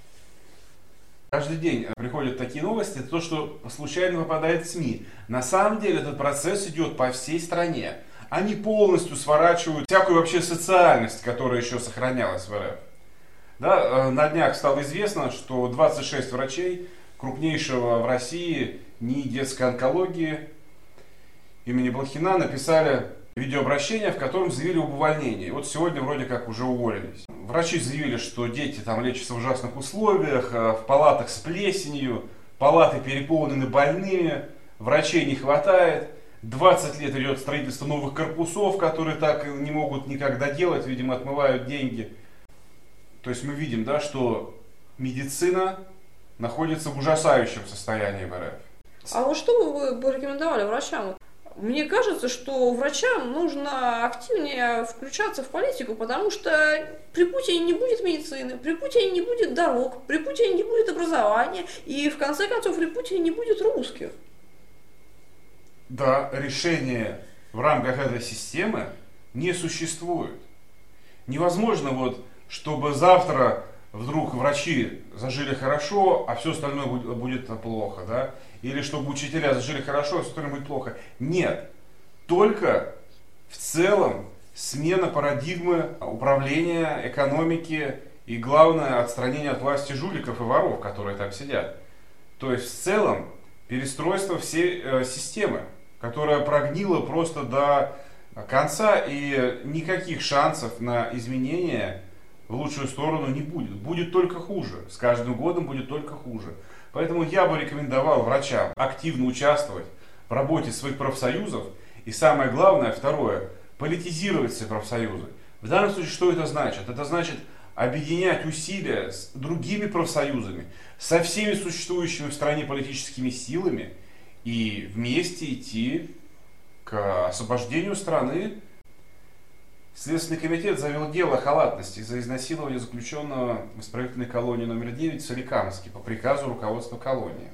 Каждый день приходят такие новости, это то, что случайно попадает в СМИ. На самом деле этот процесс идет по всей стране. Они полностью сворачивают всякую вообще социальность, которая еще сохранялась в РФ. Да, на днях стало известно, что 26 врачей крупнейшего в России НИИ детской онкологии имени Блохина написали видеообращение, в котором заявили об увольнении. Вот сегодня вроде как уже уволились. Врачи заявили, что дети там лечатся в ужасных условиях, в палатах с плесенью, палаты переполнены больными, врачей не хватает. 20 лет идет строительство новых корпусов, которые так не могут никак доделать, видимо, отмывают деньги. То есть мы видим, да, что медицина находится в ужасающем состоянии в РФ. А вот что вы бы рекомендовали врачам? Мне кажется, что врачам нужно активнее включаться в политику, потому что при Путине не будет медицины, при Путине не будет дорог, при Путине не будет образования, и в конце концов при Путине не будет русских. Да, решения в рамках этой системы не существует. Невозможно чтобы завтра вдруг врачи зажили хорошо, а все остальное будет плохо, да? Или чтобы учителя зажили хорошо, а все остальное будет плохо. Нет. Только в целом смена парадигмы управления, экономики и, главное, отстранение от власти жуликов и воров, которые там сидят. То есть в целом перестройство всей системы, которая прогнила просто до конца, и никаких шансов на изменения в лучшую сторону не будет. Будет только хуже. С каждым годом будет только хуже. Поэтому я бы рекомендовал врачам активно участвовать в работе своих профсоюзов. И самое главное, второе, политизировать все профсоюзы. В данном случае что это значит? Это значит объединять усилия с другими профсоюзами, со всеми существующими в стране политическими силами и вместе идти к освобождению страны. Следственный комитет завел дело о халатности за изнасилование заключенного в исправительной колонии номер 9 в Соликамске по приказу руководства колонии.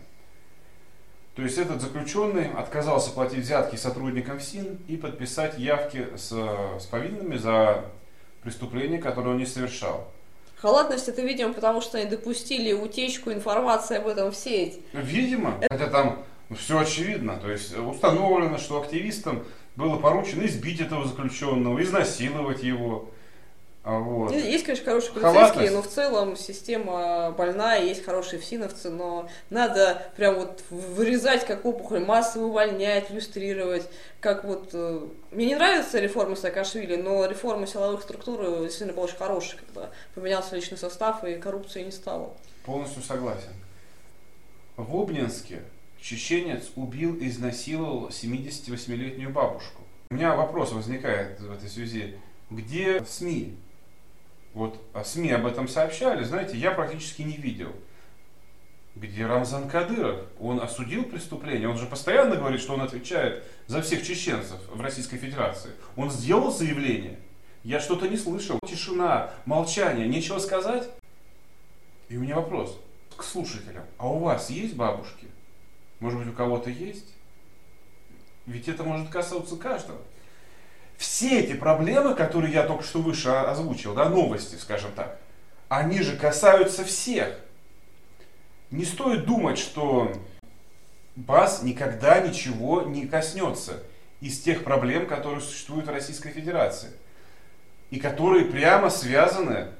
То есть этот заключенный отказался платить взятки сотрудникам ФСИН и подписать явки с повинными за преступление, которое он не совершал. Халатность это, видимо, потому что они допустили утечку информации об этом в сеть. Видимо, хотя там все очевидно. То есть установлено, что активистам было поручено избить этого заключенного, изнасиловать его. Вот. Есть, конечно, хорошие полицейские, но в целом система больная, есть хорошие ФСИНовцы, но надо прям вырезать как опухоль, массово увольнять, люстрировать. Мне не нравится реформа Саакашвили, но реформа силовых структур действительно была очень хорошая, когда поменялся личный состав и коррупции не стало. Полностью согласен. В Обнинске чеченец убил и изнасиловал 78-летнюю бабушку. У меня вопрос возникает в этой связи. где СМИ. Вот СМИ об этом сообщали, знаете, я практически не видел. Где Рамзан Кадыров, он осудил преступление, он же постоянно говорит, что он отвечает за всех чеченцев в Российской Федерации. Он сделал заявление, я что-то не слышал, тишина, молчание, нечего сказать. И у меня вопрос к слушателям, а у вас есть бабушки? Может быть, у кого-то есть? Ведь это может касаться каждого. Все эти проблемы, которые я только что выше озвучил, да, новости, скажем так, они же касаются всех. Не стоит думать, что вас никогда ничего не коснется из тех проблем, которые существуют в Российской Федерации. И которые прямо связаны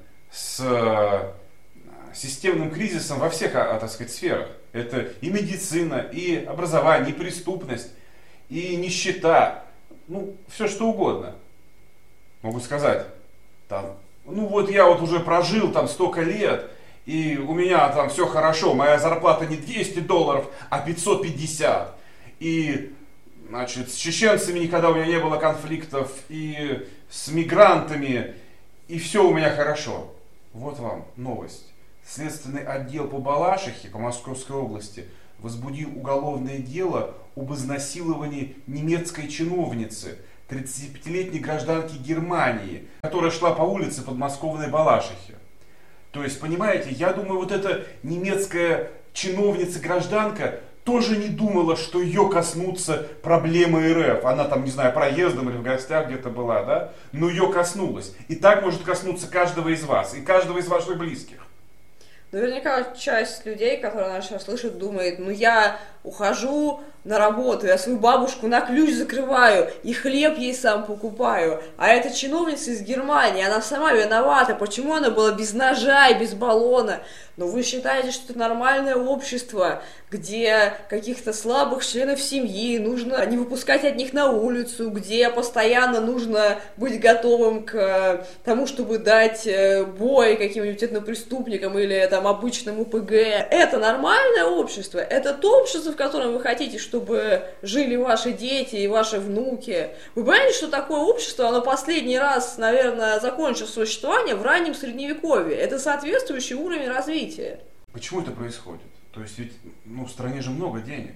с системным кризисом во всех, так сказать, сферах. Это и медицина, и образование, и преступность, и нищета. Ну, все что угодно. Могу сказать, там, ну вот я вот уже прожил там столько лет, и у меня там все хорошо, моя зарплата не $200, а 550. И, значит, с чеченцами никогда у меня не было конфликтов, и с мигрантами, и все у меня хорошо. Вот вам новость. Следственный отдел по Балашихе, по Московской области, возбудил уголовное дело об изнасиловании немецкой чиновницы, 35-летней гражданки Германии, которая шла по улице подмосковной Балашихи. То есть, понимаете, я думаю, вот эта немецкая чиновница-гражданка тоже не думала, что ее коснутся проблемы РФ. Она там, не знаю, проездом или в гостях где-то была, да? Но ее коснулось. И так может коснуться каждого из вас и каждого из ваших близких. Наверняка часть людей, которые нас сейчас слышат, думает, ну я ухожу на работу, я свою бабушку на ключ закрываю и хлеб ей сам покупаю. А эта чиновница из Германии, она сама виновата, почему она была без ножа и без баллона? Но вы считаете, что это нормальное общество, где каких-то слабых членов семьи нужно не выпускать от них на улицу, где постоянно нужно быть готовым к тому, чтобы дать бой каким-нибудь этнопреступникам или там обычному ПГ. Это нормальное общество? Это то общество, в котором вы хотите, чтобы жили ваши дети и ваши внуки? Вы понимаете, что такое общество, оно последний раз, наверное, закончило свое существование в раннем Средневековье. Это соответствующий уровень развития. Почему это происходит? То есть ведь в стране же много денег.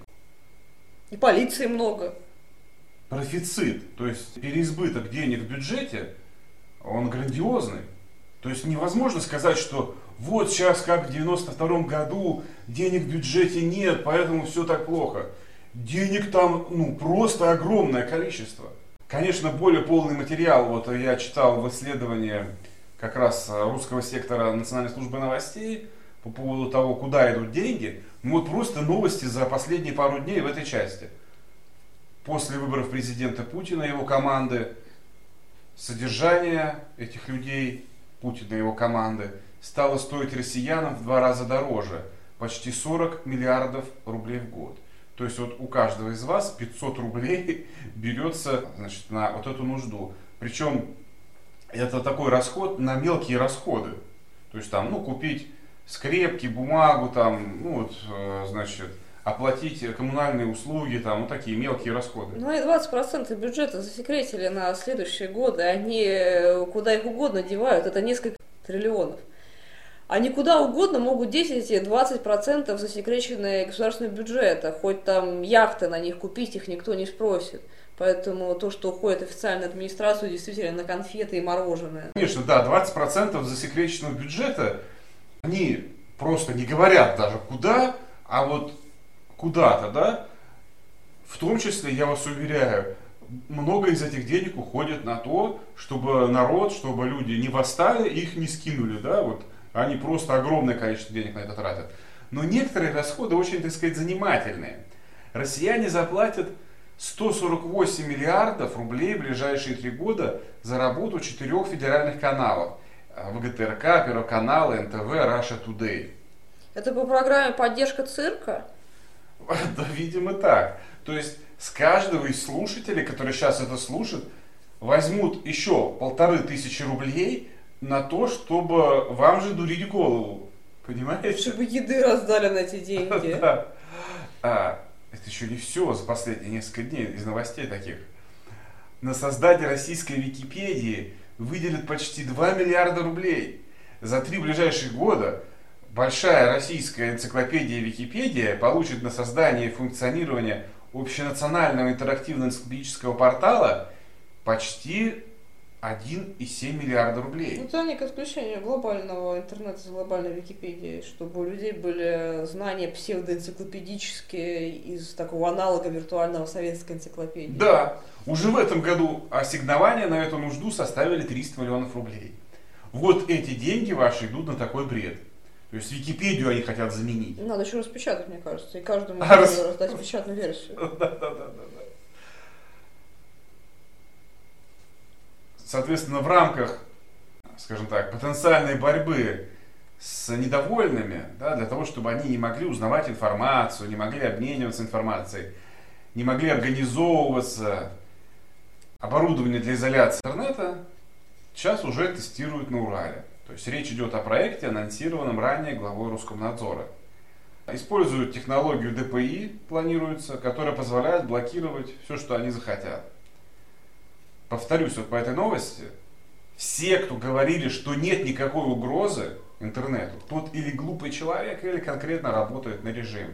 И полиции много. Профицит, то есть переизбыток денег в бюджете, он грандиозный. То есть невозможно сказать, что вот сейчас как в 92-м году денег в бюджете нет, поэтому все так плохо. Денег там просто огромное количество. Конечно, более полный материал, вот я читал в исследовании как раз русского сектора Национальной службы новостей по поводу того, куда идут деньги. Вот просто новости за последние пару дней в этой части. После выборов президента Путина и его команды, содержание этих людей, Путина и его команды, стало стоить россиянам в 2 раза дороже. Почти 40 миллиардов рублей в год. То есть вот у каждого из вас 500 рублей берется, значит, на вот эту нужду. Причем это такой расход на мелкие расходы. То есть там, купить скрепки, бумагу, там, значит, оплатить коммунальные услуги, там, такие мелкие расходы. Ну и 20% бюджета засекретили на следующие годы. Они куда их угодно девают, это несколько триллионов. Они куда угодно могут деть эти 20% засекреченные государственного бюджета. Хоть там яхты на них купить, их никто не спросит. Поэтому то, что уходит официальная администрация, действительно на конфеты и мороженое. Конечно, да, 20% засекреченного бюджета, они просто не говорят даже куда, а вот куда-то, да. В том числе, я вас уверяю, много из этих денег уходит на то, чтобы народ, чтобы люди не восстали, их не скинули, да, вот. Они просто огромное количество денег на это тратят. Но некоторые расходы очень, так сказать, занимательные. Россияне заплатят 148 миллиардов рублей в ближайшие 3 года за работу 4 федеральных каналов. ВГТРК, Первый канал, НТВ, Russia Today. Это по программе «Поддержка цирка»? Да, видимо, так. То есть с каждого из слушателей, которые сейчас это слушают, возьмут еще 1500 рублей на то, чтобы вам же дурить голову. Понимаете? Чтобы еды раздали на эти деньги. Да. Это еще не все за последние несколько дней из новостей таких. На создание российской Википедии выделит почти 2 миллиарда рублей. За 3 ближайших года большая российская энциклопедия Википедия получит на создание и функционирование общенационального интерактивного энциклопедического портала почти 1,7 миллиарда рублей. Это не к отключению глобального интернета с глобальной Википедией, чтобы у людей были знания псевдоэнциклопедические из такого аналога виртуального советской энциклопедии. Да, уже в этом году ассигнования на эту нужду составили 300 миллионов рублей. Вот эти деньги ваши идут на такой бред. То есть Википедию они хотят заменить. Надо еще распечатать, мне кажется, и каждому раздать печатную версию. Да. Соответственно, в рамках, скажем так, потенциальной борьбы с недовольными, да, для того, чтобы они не могли узнавать информацию, не могли обмениваться информацией, не могли организовываться, оборудование для изоляции интернета сейчас уже тестируют на Урале. То есть речь идет о проекте, анонсированном ранее главой Роскомнадзора. Используют технологию ДПИ, планируется, которая позволяет блокировать все, что они захотят. Повторюсь, вот по этой новости, все, кто говорили, что нет никакой угрозы интернету, тот или глупый человек, или конкретно работает на режим.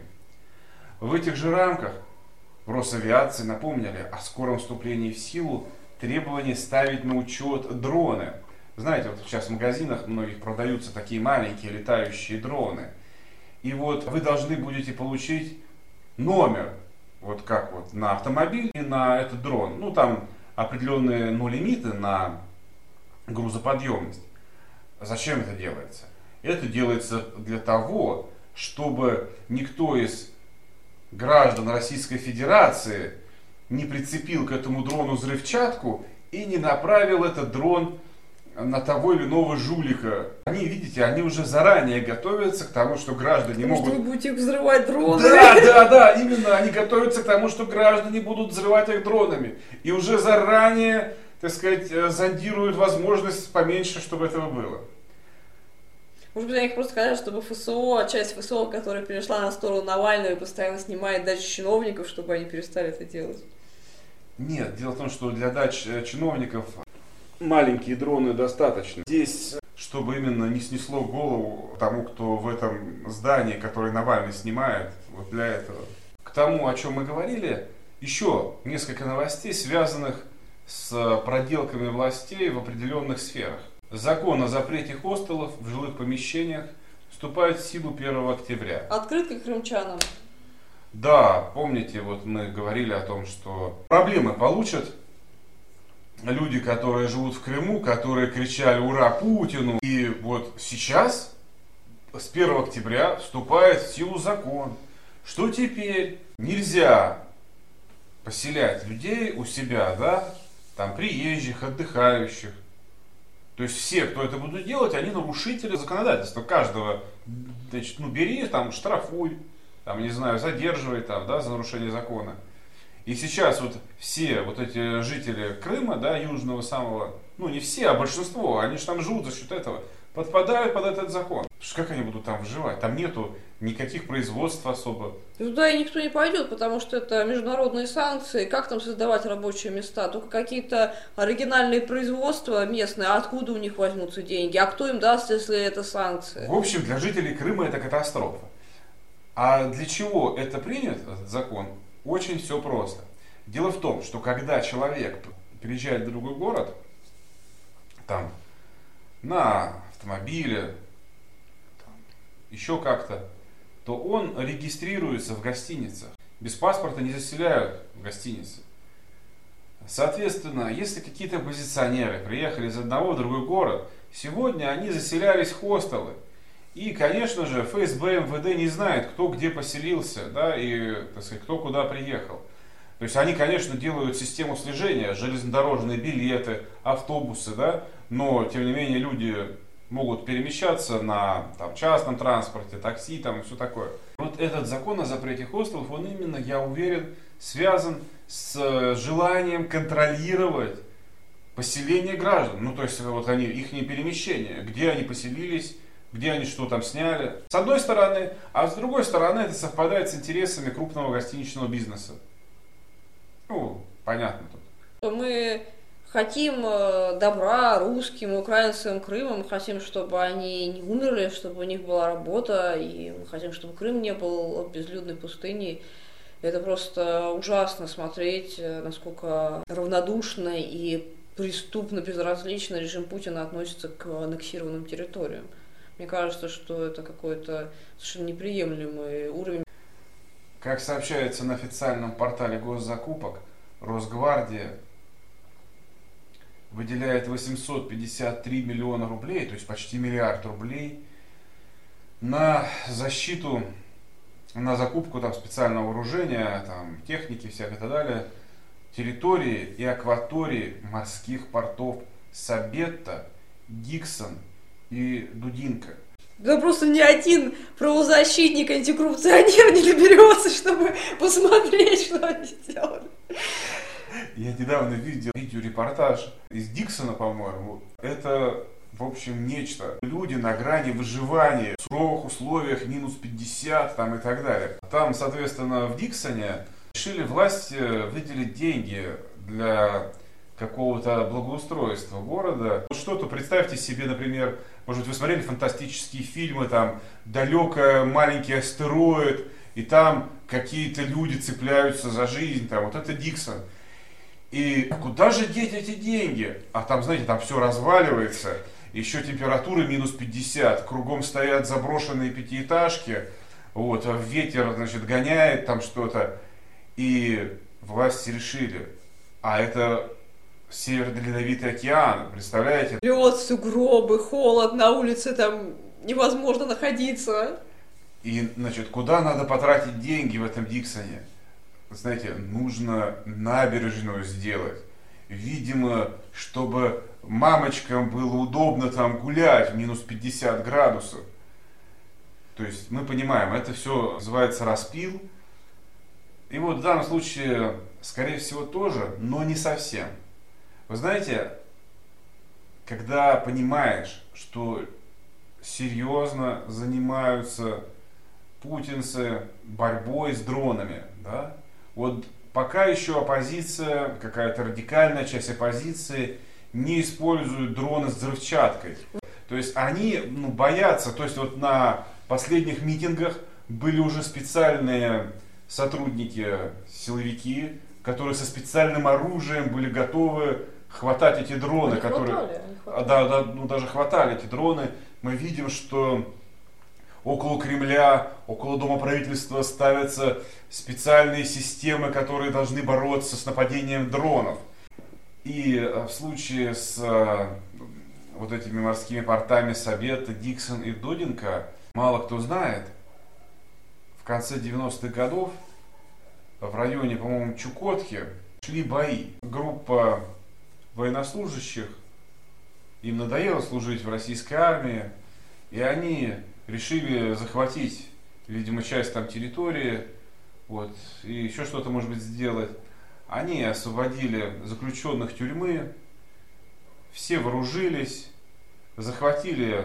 В этих же рамках в Росавиации напомнили о скором вступлении в силу требования ставить на учет дроны. Знаете, вот сейчас в магазинах многих продаются такие маленькие летающие дроны. И вот вы должны будете получить номер, вот как вот на автомобиль и на этот дрон. Ну там определенные лимиты на грузоподъемность. Зачем это делается? Это делается для того, чтобы никто из граждан Российской Федерации не прицепил к этому дрону взрывчатку и не направил этот дрон на того или иного жулика. Они, видите, они уже заранее готовятся к тому, что граждане могут... Что вы будете взрывать дроны? Да, именно. Они готовятся к тому, что граждане будут взрывать их дронами. И уже заранее, так сказать, зондируют возможность поменьше, чтобы этого было. Может быть, они просто хотят, чтобы ФСО, часть ФСО, которая перешла на сторону Навального и постоянно снимает дачи чиновников, чтобы они перестали это делать? Нет, дело в том, что для дач чиновников маленькие дроны достаточно. Здесь, чтобы именно не снесло голову тому, кто в этом здании, который Навальный снимает, вот для этого. К тому, о чем мы говорили, еще несколько новостей, связанных с проделками властей в определенных сферах. Закон о запрете хостелов в жилых помещениях вступает в силу 1 октября. Открытка крымчанам. Да, помните, вот мы говорили о том, что проблемы получат люди, которые живут в Крыму, которые кричали «Ура Путину!». И вот сейчас, с 1 октября, вступает в силу закон, что теперь нельзя поселять людей у себя, да, там приезжих, отдыхающих. То есть все, кто это будут делать, они нарушители законодательства. Каждого, значит, бери, там, штрафуй, там, не знаю, задерживай, там, да, за нарушение закона. И сейчас вот все вот эти жители Крыма, да, южного самого, ну не все, а большинство, они же там живут за счет этого, подпадают под этот закон. Как они будут там выживать? Там нету никаких производств особо. Туда и никто не пойдет, потому что это международные санкции. Как там создавать рабочие места? Только какие-то оригинальные производства местные. А откуда у них возьмутся деньги? А кто им даст, если это санкции? В общем, для жителей Крыма это катастрофа. А для чего это принят, этот закон? Очень все просто. Дело в том, что когда человек приезжает в другой город, там, на автомобиле, там, еще как-то, то он регистрируется в гостиницах. Без паспорта не заселяют в гостиницы. Соответственно, если какие-то оппозиционеры приехали из одного в другой город, сегодня они заселялись в хостелы. И, конечно же, ФСБ, МВД не знает, кто где поселился, да, и, так сказать, кто куда приехал. То есть они, конечно, делают систему слежения, железнодорожные билеты, автобусы, да, но, тем не менее, люди могут перемещаться на там, частном транспорте, такси там, и все такое. Вот этот закон о запрете хостелов, он именно, я уверен, связан с желанием контролировать поселение граждан. Ну, то есть, вот они, их перемещение, где они поселились, где они что там сняли. С одной стороны, а с другой стороны это совпадает с интересами крупного гостиничного бизнеса. Ну, понятно тут. Мы хотим добра русским, украинцам, Крымом, хотим, чтобы они не умерли, чтобы у них была работа, и мы хотим, чтобы Крым не был безлюдной пустыней. Это просто ужасно смотреть, насколько равнодушно и преступно безразлично режим Путина относится к аннексированным территориям. Мне кажется, что это какой-то совершенно неприемлемый уровень. Как сообщается на официальном портале госзакупок, Росгвардия выделяет 853 миллиона рублей, то есть почти миллиард рублей, на защиту, на закупку там специального вооружения, там, техники, всякое и так далее, территории и акватории морских портов Сабетта, Диксон и Дудинка. Да просто ни один правозащитник, антикоррупционер не доберется, чтобы посмотреть, что они делают. Я недавно видел видеорепортаж из Диксона, по-моему. Это, в общем, нечто. Люди на грани выживания, в суровых условиях, минус 50 там, и так далее. Там, соответственно, в Диксоне решили власти выделить деньги для какого-то благоустройства города. Что-то, представьте себе, например, может быть, вы смотрели фантастические фильмы, там, далекое маленький астероид, и там какие-то люди цепляются за жизнь, там, вот это Диксон. И куда же деть эти деньги? А там, знаете, там все разваливается, еще температура минус 50, кругом стоят заброшенные пятиэтажки, вот, а ветер, значит, гоняет там что-то, и власти решили, а это Северный Ледовитый океан, представляете? Лед, сугробы, холод, на улице там невозможно находиться. И, значит, куда надо потратить деньги в этом Диксоне? Знаете, нужно набережную сделать. Видимо, чтобы мамочкам было удобно там гулять в минус 50 градусов. То есть мы понимаем, это все называется распил. И вот в данном случае, скорее всего, тоже, но не совсем. Вы знаете, когда понимаешь, что серьезно занимаются путинцы борьбой с дронами, да, вот пока еще оппозиция, какая-то радикальная часть оппозиции не использует дроны с взрывчаткой. То есть они боятся, то есть вот на последних митингах были уже специальные сотрудники, силовики, которые со специальным оружием были готовы хватать эти дроны, Они которые... хватали. Да, даже хватали эти дроны. Мы видим, что около Кремля, около Дома правительства ставятся специальные системы, которые должны бороться с нападением дронов. И в случае с вот этими морскими портами Сабетта, Диксон и Дудинка, мало кто знает, в конце 90-х годов в районе, по-моему, Чукотки шли бои. Группа военнослужащих, им надоело служить в российской армии, и они решили захватить, видимо, часть там территории, вот, и еще что-то, может быть, сделать. Они освободили заключенных тюрьмы, все вооружились, захватили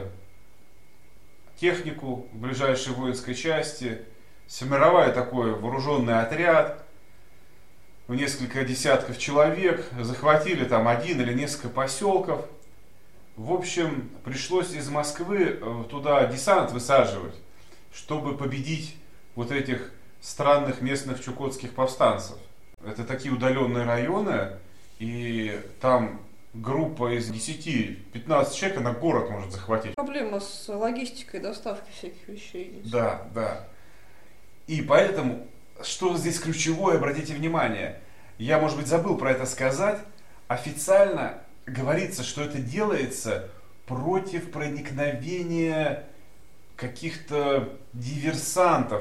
технику в ближайшей воинской части, сформировали такой вооруженный отряд в несколько десятков человек, захватили там один или несколько поселков. В общем, пришлось из Москвы туда десант высаживать, чтобы победить вот этих странных местных чукотских повстанцев. Это такие удаленные районы, и там группа из 10-15 человек на город может захватить. Проблема с логистикой доставки всяких вещей. Да. И поэтому, что здесь ключевое, обратите внимание, я, может быть, забыл про это сказать, официально говорится, что это делается против проникновения каких-то диверсантов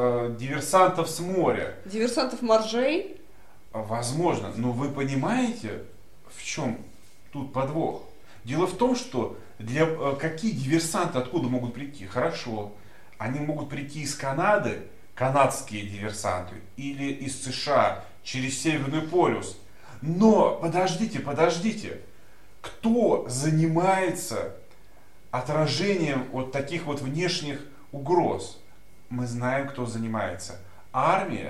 с моря. Диверсантов моржей? Возможно, но вы понимаете, в чем тут подвох? Дело в том, что какие диверсанты откуда могут прийти? Хорошо, они могут прийти из Канады, канадские диверсанты, или из США через Северный полюс. Но подождите, кто занимается отражением вот таких вот внешних угроз? Мы знаем, кто занимается. Армия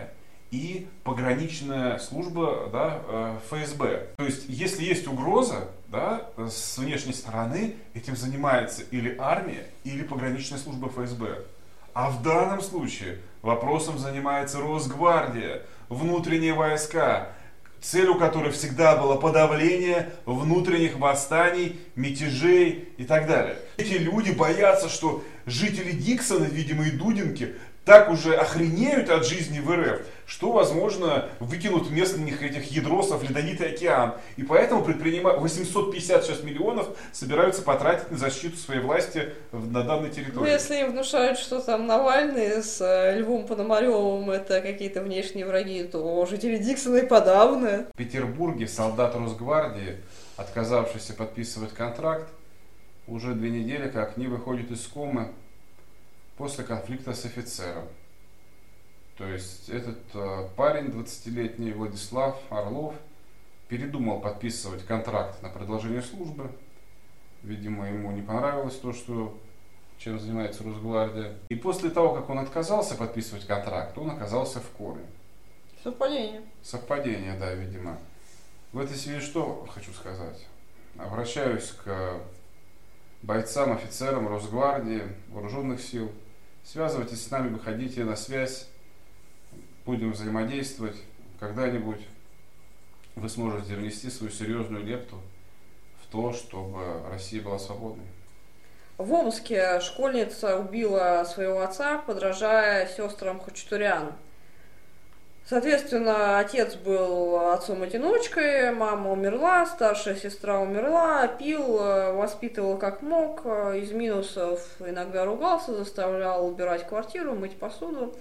и пограничная служба, да, ФСБ. То есть, если есть угроза, да, с внешней стороны, этим занимается или армия, или пограничная служба ФСБ. А в данном случае вопросом занимается Росгвардия, внутренние войска, целью которой всегда было подавление внутренних восстаний, мятежей и так далее. Эти люди боятся, что жители Диксона, видимо, и Дудинки так уже охренеют от жизни в РФ, что, возможно, выкинут вместо них этих ядросов в Ледовитый океан. И поэтому 856 миллионов собираются потратить на защиту своей власти на данной территории. Ну, если им внушают, что там Навальный с Львом Пономаревым это какие-то внешние враги, то жители Диксона и подавно. В Петербурге солдат Росгвардии, отказавшийся подписывать контракт, уже 2 недели как не выходит из комы после конфликта с офицером. То есть этот парень, 20-летний Владислав Орлов, передумал подписывать контракт на продолжение службы. Видимо, ему не понравилось то, чем занимается Росгвардия. И после того, как он отказался подписывать контракт, он оказался в коме. Совпадение. Совпадение, да, видимо. В этой связи что хочу сказать? Обращаюсь к бойцам, офицерам Росгвардии, вооруженных сил. Связывайтесь с нами, выходите на связь, будем взаимодействовать. Когда-нибудь вы сможете внести свою серьезную лепту в то, чтобы Россия была свободной. В Омске школьница убила своего отца, подражая сестрам Хачатурян. Соответственно, отец был отцом-одиночкой, мама умерла, старшая сестра умерла, пил, воспитывал как мог, из минусов иногда ругался, заставлял убирать квартиру, мыть посуду.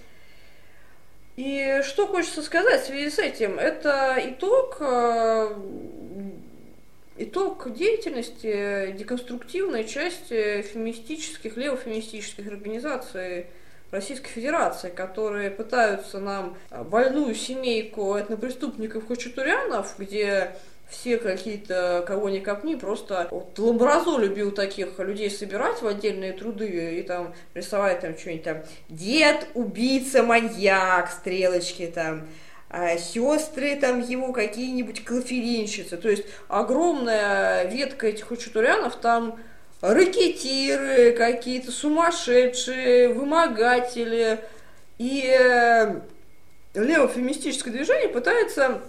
И что хочется сказать в связи с этим, это итог деятельности деконструктивной части феминистических, левофеминистических организаций Российской Федерации, которые пытаются нам больную семейку этнопреступников хачатурянов, где все какие-то, кого ни копни, просто вот Ламбразо любил таких людей собирать в отдельные труды и там рисовать там что-нибудь там дед, убийца, маньяк, стрелочки там, сестры там его какие-нибудь клофелинщицы. То есть огромная ветка этих хачатурянов там рэкетиры, какие-то сумасшедшие, вымогатели. И левофеминистическое движение пытается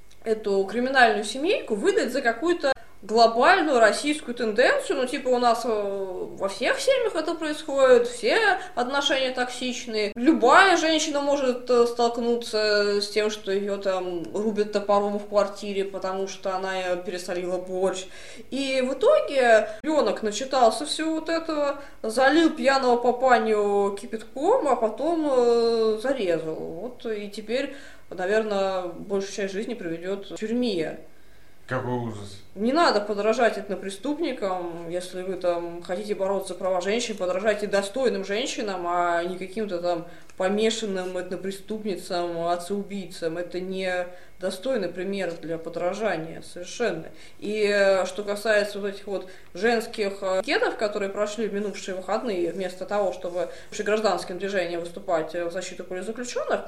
эту криминальную семейку выдать за какую-то глобальную российскую тенденцию. Ну, типа, у нас во всех семьях это происходит, все отношения токсичные. Любая женщина может столкнуться с тем, что ее там рубят топором в квартире, потому что она пересолила борщ. И в итоге ребенок начитался всего вот этого, залил пьяного папаню кипятком, а потом зарезал. Вот, и теперь, наверное, большую часть жизни проведет в тюрьме. Какой ужас. Не надо подражать этнопреступникам, если вы там хотите бороться за права женщин, подражайте достойным женщинам, а не каким-то там помешанным этнопреступницам, отцеубийцам. Это не достойный пример для подражания совершенно. И что касается вот этих вот женских пикетов, которые прошли в минувшие выходные, вместо того, чтобы в общегражданском движении выступать в защиту политзаключенных,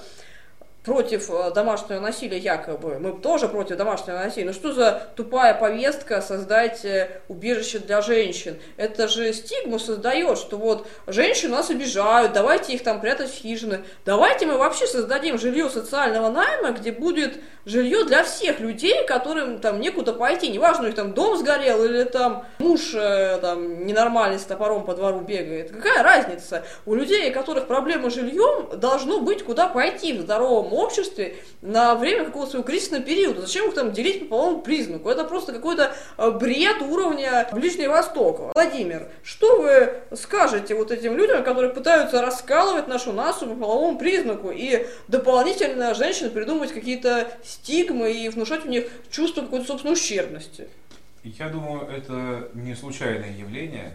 против домашнего насилия якобы. Мы тоже против домашнего насилия. Но что за тупая повестка создать убежище для женщин? Это же стигму создает, что вот женщин нас обижают, давайте их там прятать в хижины. Давайте мы вообще создадим жилье социального найма, где будет жилье для всех людей, которым там некуда пойти. Неважно, у них там дом сгорел или там муж там ненормальный с топором по двору бегает. Какая разница? У людей, у которых проблемы с жильем, должно быть куда пойти в здоровом обществе на время какого-то своего кризисного периода. Зачем их там делить по половому признаку? Это просто какой-то бред уровня Ближнего Востока. Владимир, что вы скажете вот этим людям, которые пытаются раскалывать нашу нацию по половому признаку и дополнительно женщины придумывать какие-то стигмы и внушать у них чувство какой-то собственной ущербности? Я думаю, это не случайное явление,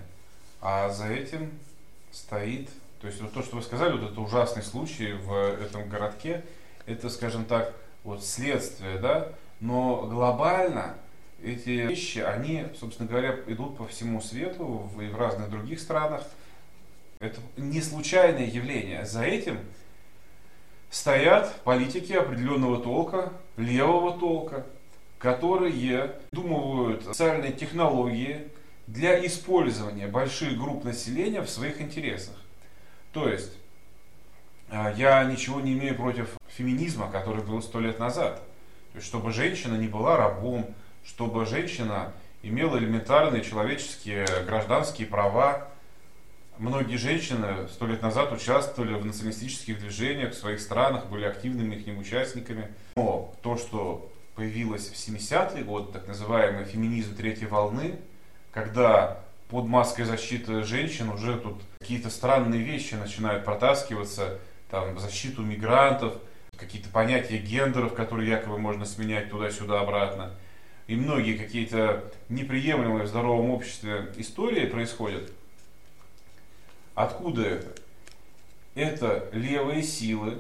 а за этим стоит, то есть вот то, что вы сказали, вот это ужасный случай в этом городке, это, скажем так, вот следствие, да, но глобально эти вещи, они, собственно говоря, идут по всему свету и в разных других странах. Это не случайное явление. За этим стоят политики определенного толка, левого толка, которые придумывают социальные технологии для использования больших групп населения в своих интересах. То есть, я ничего не имею против феминизма, который был 100 лет назад. То есть, чтобы женщина не была рабом, чтобы женщина имела элементарные человеческие гражданские права. Многие женщины 100 лет назад участвовали в националистических движениях в своих странах, были активными их участниками. Но то, что появилось в 70-е годы, так называемый феминизм третьей волны, когда под маской защиты женщин уже тут какие-то странные вещи начинают протаскиваться, там, защиту мигрантов, какие-то понятия гендеров, которые якобы можно сменять туда-сюда обратно. И многие какие-то неприемлемые в здоровом обществе истории происходят. Откуда это? Это левые силы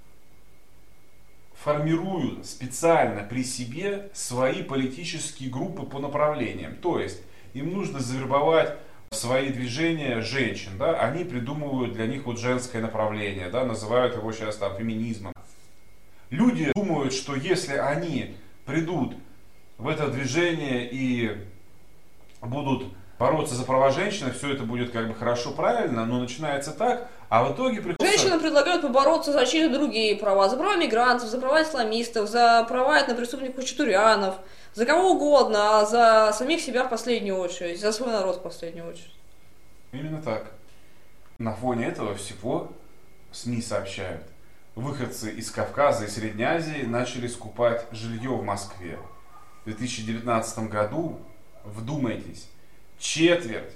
формируют специально при себе свои политические группы по направлениям. То есть им нужно завербовать в свои движения женщин. Да? Они придумывают для них вот женское направление, да? Называют его сейчас там феминизмом. Люди думают, что если они придут в это движение и будут бороться за права женщины, все это будет как бы хорошо, правильно, но начинается так, а в итоге приходится... Женщинам предлагают побороться за чьи-то другие права, за права мигрантов, за права исламистов, за права этнопреступников чатурянов, за кого угодно, а за самих себя в последнюю очередь, за свой народ в последнюю очередь. Именно так. На фоне этого всего СМИ сообщают. Выходцы из Кавказа и Средней Азии начали скупать жилье в Москве. В 2019 году, вдумайтесь, четверть,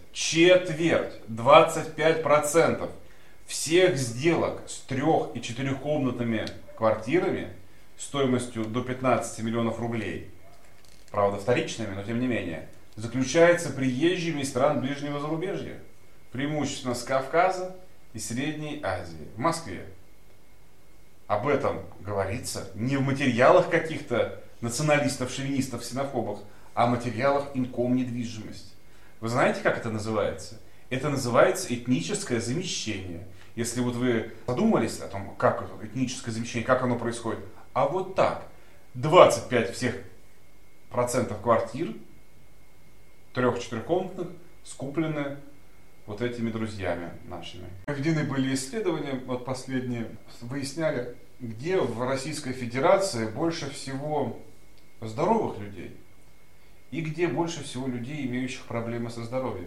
25% всех сделок с 3- и 4-комнатными квартирами стоимостью до 15 миллионов рублей, правда вторичными, но тем не менее, заключается приезжими из стран ближнего зарубежья, преимущественно с Кавказа и Средней Азии, в Москве. Об этом говорится не в материалах каких-то националистов, шовинистов, ксенофобах, а в материалах Инком-недвижимость. Вы знаете, как это называется? Это называется этническое замещение. Если вот вы задумались о том, как это этническое замещение, как оно происходит, а вот так. 25 всех процентов квартир, 3-4-комнатных, скуплены вот этими друзьями нашими. Проведены были исследования, вот последние, выясняли, где в Российской Федерации больше всего здоровых людей и где больше всего людей, имеющих проблемы со здоровьем.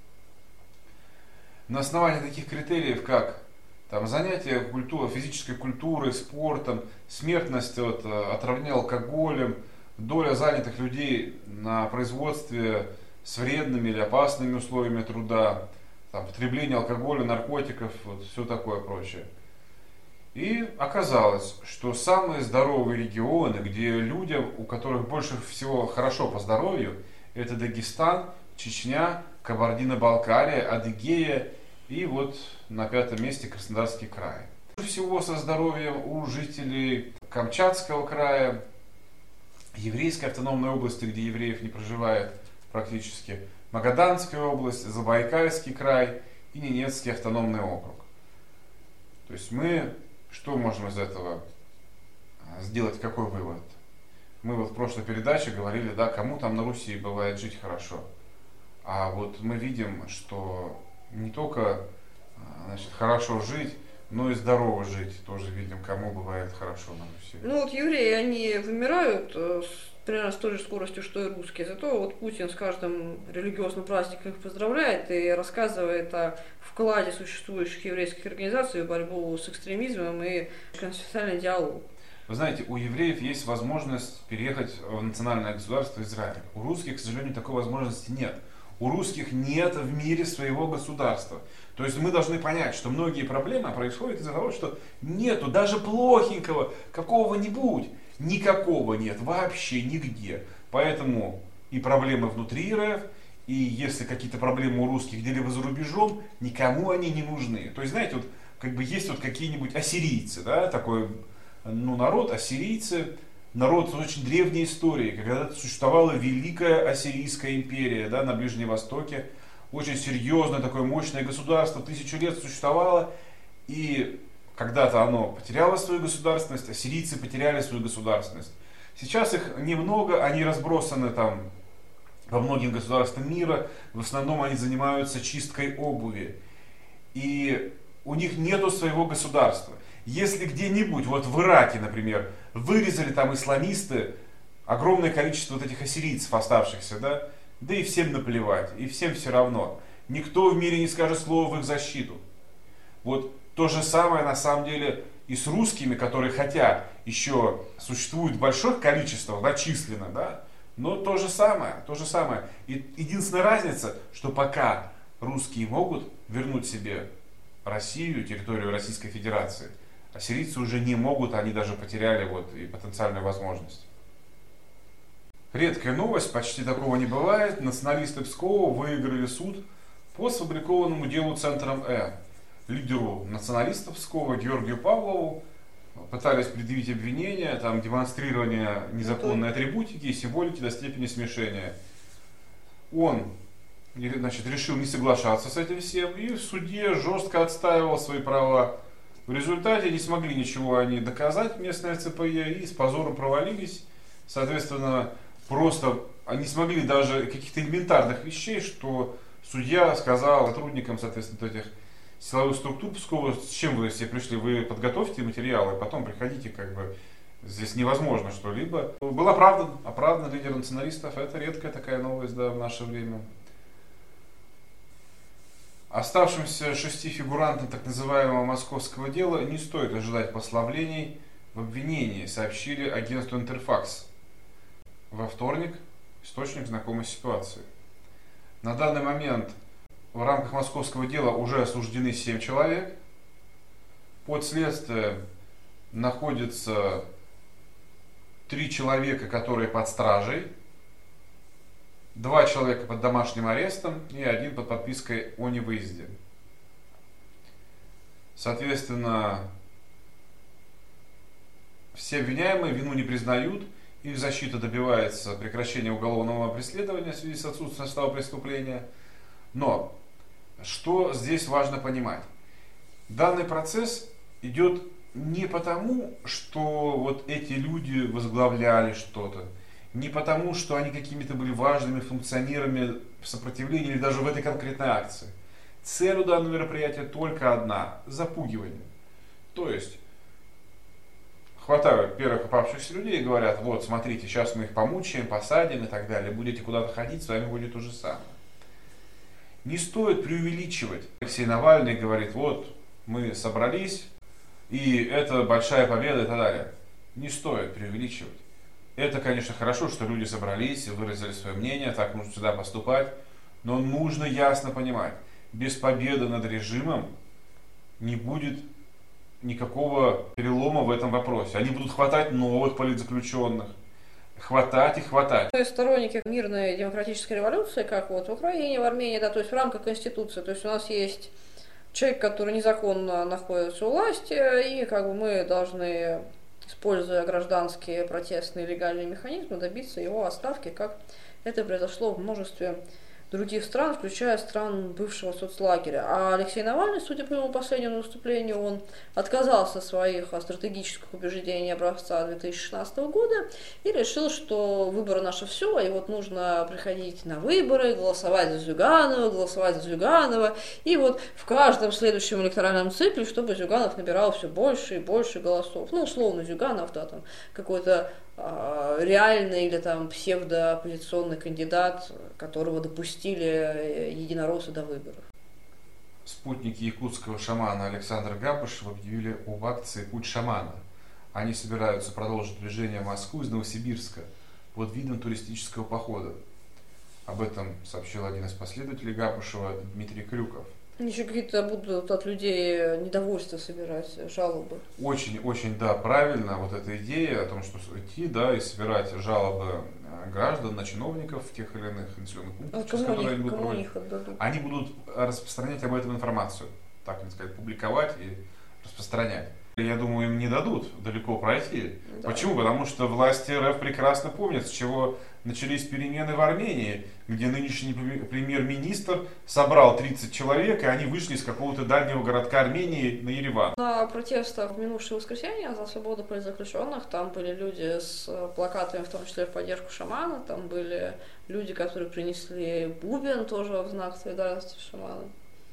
На основании таких критериев, как там, занятия физической культурой, спортом, смертность от отравления алкоголем, доля занятых людей на производстве с вредными или опасными условиями труда, там, потребление алкоголя, наркотиков, вот, все такое прочее. И оказалось, что самые здоровые регионы, где людям, у которых больше всего хорошо по здоровью, это Дагестан, Чечня, Кабардино-Балкария, Адыгея и вот на 5-м месте Краснодарский край. Больше всего со здоровьем у жителей Камчатского края, Еврейской автономной области, где евреев не проживает практически, Магаданская область, Забайкальский край и Ненецкий автономный округ. То есть мы что можем из этого сделать, какой вывод? Мы вот в прошлой передаче говорили, да, кому там на Руси бывает жить хорошо. А вот мы видим, что не только значит, хорошо жить, но и здорово жить. Тоже видим, кому бывает хорошо на Руси. Ну вот евреи, они вымирают примерно с той же скоростью, что и русские. Зато вот Путин с каждым религиозным праздником их поздравляет и рассказывает о вкладе существующих еврейских организаций в борьбу с экстремизмом и конфессиональный диалог. Вы знаете, у евреев есть возможность переехать в национальное государство Израиль. У русских, к сожалению, такой возможности нет. У русских нет в мире своего государства. То есть мы должны понять, что многие проблемы происходят из-за того, что нету даже плохенького какого-нибудь. Никакого нет вообще нигде. Поэтому и проблемы внутри РФ, и если какие-то проблемы у русских где-либо за рубежом, никому они не нужны. То есть, знаете, вот как бы есть вот какие-нибудь ассирийцы, да, такой народ, ассирийцы, народ с очень древней историей, когда существовала Великая Ассирийская империя, да, на Ближнем Востоке, очень серьезное такое мощное государство, 1000 лет существовало, и Когда-то оно потеряло свою государственность, ассирийцы потеряли свою государственность. Сейчас их немного, они разбросаны там во многих государствах мира. В основном они занимаются чисткой обуви. И у них нету своего государства. Если где-нибудь, вот в Ираке, например, вырезали там исламисты огромное количество вот этих ассирийцев оставшихся, да и всем наплевать, и всем все равно. Никто в мире не скажет слова в их защиту. Вот то же самое на самом деле и с русскими, которые хотя еще существуют в больших количествах, да, численно, да, но то же самое, то же самое. И единственная разница, что пока русские могут вернуть себе Россию, территорию Российской Федерации, ассирийцы уже не могут, они даже потеряли вот и потенциальную возможность. Редкая новость, почти такого не бывает. Националисты Пскова выиграли суд по сфабрикованному делу Центром лидеру националистов Пскова Георгию Павлову пытались предъявить обвинения, там, демонстрирование незаконной атрибутики и символики до степени смешения. Он, значит, решил не соглашаться с этим всем и в суде жестко отстаивал свои права. В результате не смогли ничего они доказать, местные ЦПЕ, и с позором провалились. Соответственно, просто они смогли даже каких-то элементарных вещей, что судья сказал сотрудникам, соответственно, этих силовых структур Пскова: с чем вы все пришли, вы подготовьте материалы, потом приходите, как бы здесь невозможно что-либо. Был оправдан лидер националистов, это редкая такая новость, да, в наше время. Оставшимся 6 фигурантам так называемого московского дела не стоит ожидать послаблений в обвинении, сообщили агентству Интерфакс во вторник, источник знакомой ситуации. На данный момент в рамках московского дела уже осуждены 7 человек. Под следствием находятся 3 человека, которые под стражей, 2 человека под домашним арестом и 1 под подпиской о невыезде. Соответственно, все обвиняемые вину не признают, их защита добивается прекращения уголовного преследования в связи с отсутствием состава преступления. Но что здесь важно понимать? Данный процесс идет не потому, что вот эти люди возглавляли что-то, не потому, что они какими-то были важными функционерами в сопротивлении или даже в этой конкретной акции. Цель у данного мероприятия только одна – запугивание. То есть хватают первых попавшихся людей и говорят: вот, смотрите, сейчас мы их помучаем, посадим и так далее, будете куда-то ходить, с вами будет то же самое. Не стоит преувеличивать. Алексей Навальный говорит: вот, мы собрались, и это большая победа и так далее. Не стоит преувеличивать. Это, конечно, хорошо, что люди собрались и выразили свое мнение, так нужно всегда поступать, но нужно ясно понимать, без победы над режимом не будет никакого перелома в этом вопросе. Они будут хватать новых политзаключенных, хватать и хватать. То есть сторонники мирной демократической революции, как вот в Украине, в Армении, да, то есть в рамках Конституции. То есть у нас есть человек, который незаконно находится у власти, и как бы мы должны, используя гражданские протестные легальные механизмы, добиться его отставки, как это произошло в множестве других стран, включая стран бывшего соцлагеря. А Алексей Навальный, судя по его последнему выступлению, он отказался от своих стратегических убеждений образца 2016 года и решил, что выборы наше все, и вот нужно приходить на выборы, голосовать за Зюганова, и вот в каждом следующем электоральном цикле, чтобы Зюганов набирал все больше и больше голосов. Ну, условно, Зюганов, да, там какой-то реальный или там псевдооппозиционный кандидат, которого допустили единороссы до выборов. Спутники якутского шамана Александра Гапышева объявили об акции «Путь шамана». Они собираются продолжить движение в Москву из Новосибирска под видом туристического похода. Об этом сообщил один из последователей Гапышева Дмитрий Крюков. Еще какие-то будут от людей недовольства собирать, жалобы. Очень, да, правильно вот эта идея о том, что идти, да, и собирать жалобы граждан на чиновников в тех или иных населенных пунктах, которые они будут проводить. Они будут распространять об этом информацию, так сказать, публиковать и распространять. Я думаю, им не дадут далеко пройти. Да. Почему? Потому что власти РФ прекрасно помнят, с чего начались перемены в Армении, где нынешний премьер-министр собрал 30 человек, и они вышли из какого-то дальнего городка Армении на Ереван. На протестах в минувшее воскресенье за свободу политзаключенных там были люди с плакатами, в том числе в поддержку шамана, там были люди, которые принесли бубен тоже в знак солидарности с шаманом.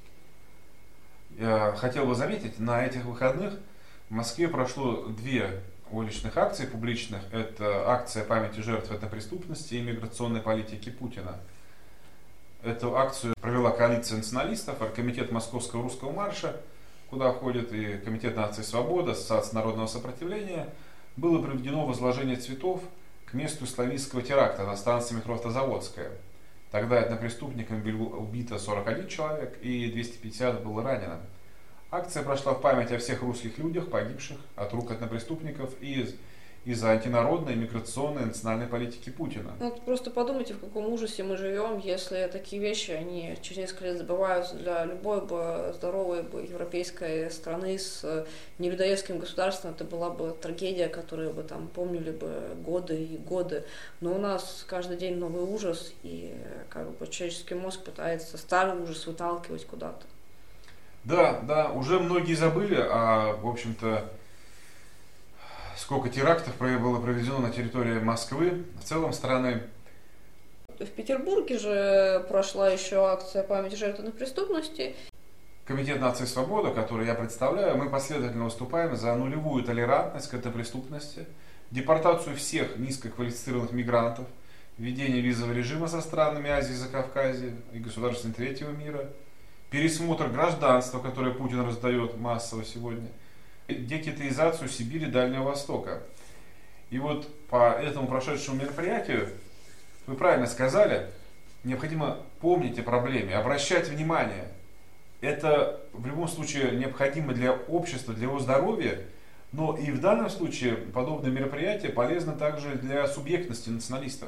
Я хотел бы заметить, на этих выходных в Москве прошло две уличных акций публичных. Это акция памяти жертв этнопреступности и миграционной политики Путина. Эту акцию провела коалиция националистов, Комитет Московского русского марша, куда входит и Комитет нации свободы, Ассоциация народного сопротивления. Было проведено возложение цветов к месту исламистского теракта на станции метро Автозаводская. Тогда этнопреступниками было убито 41 человек и 250 было ранено. Акция прошла в память о всех русских людях, погибших от рук этнопреступников и из-за антинародной, миграционной, национальной политики Путина. Ну, просто подумайте, в каком ужасе мы живем, если такие вещи, они через несколько лет забываются. Для любой бы здоровой бы европейской страны с нелюдоедским государством это была бы трагедия, которую бы там помнили бы годы и годы. Но у нас каждый день новый ужас, и как бы человеческий мозг пытается старый ужас выталкивать куда-то. Да, уже многие забыли, в общем-то, сколько терактов было проведено на территории Москвы, в целом страны. В Петербурге же прошла еще акция памяти жертв преступности. Комитет нации свободы, который я представляю, мы последовательно выступаем за нулевую толерантность к этой преступности, депортацию всех низкоквалифицированных мигрантов, введение визового режима со странами Азии и Закавказья и государствами третьего мира, пересмотр гражданства, которое Путин раздает массово сегодня, декитаизацию Сибири и Дальнего Востока. И вот по этому прошедшему мероприятию, вы правильно сказали, необходимо помнить о проблеме, обращать внимание. Это в любом случае необходимо для общества, для его здоровья, но и в данном случае подобные мероприятия полезны также для субъектности националистов.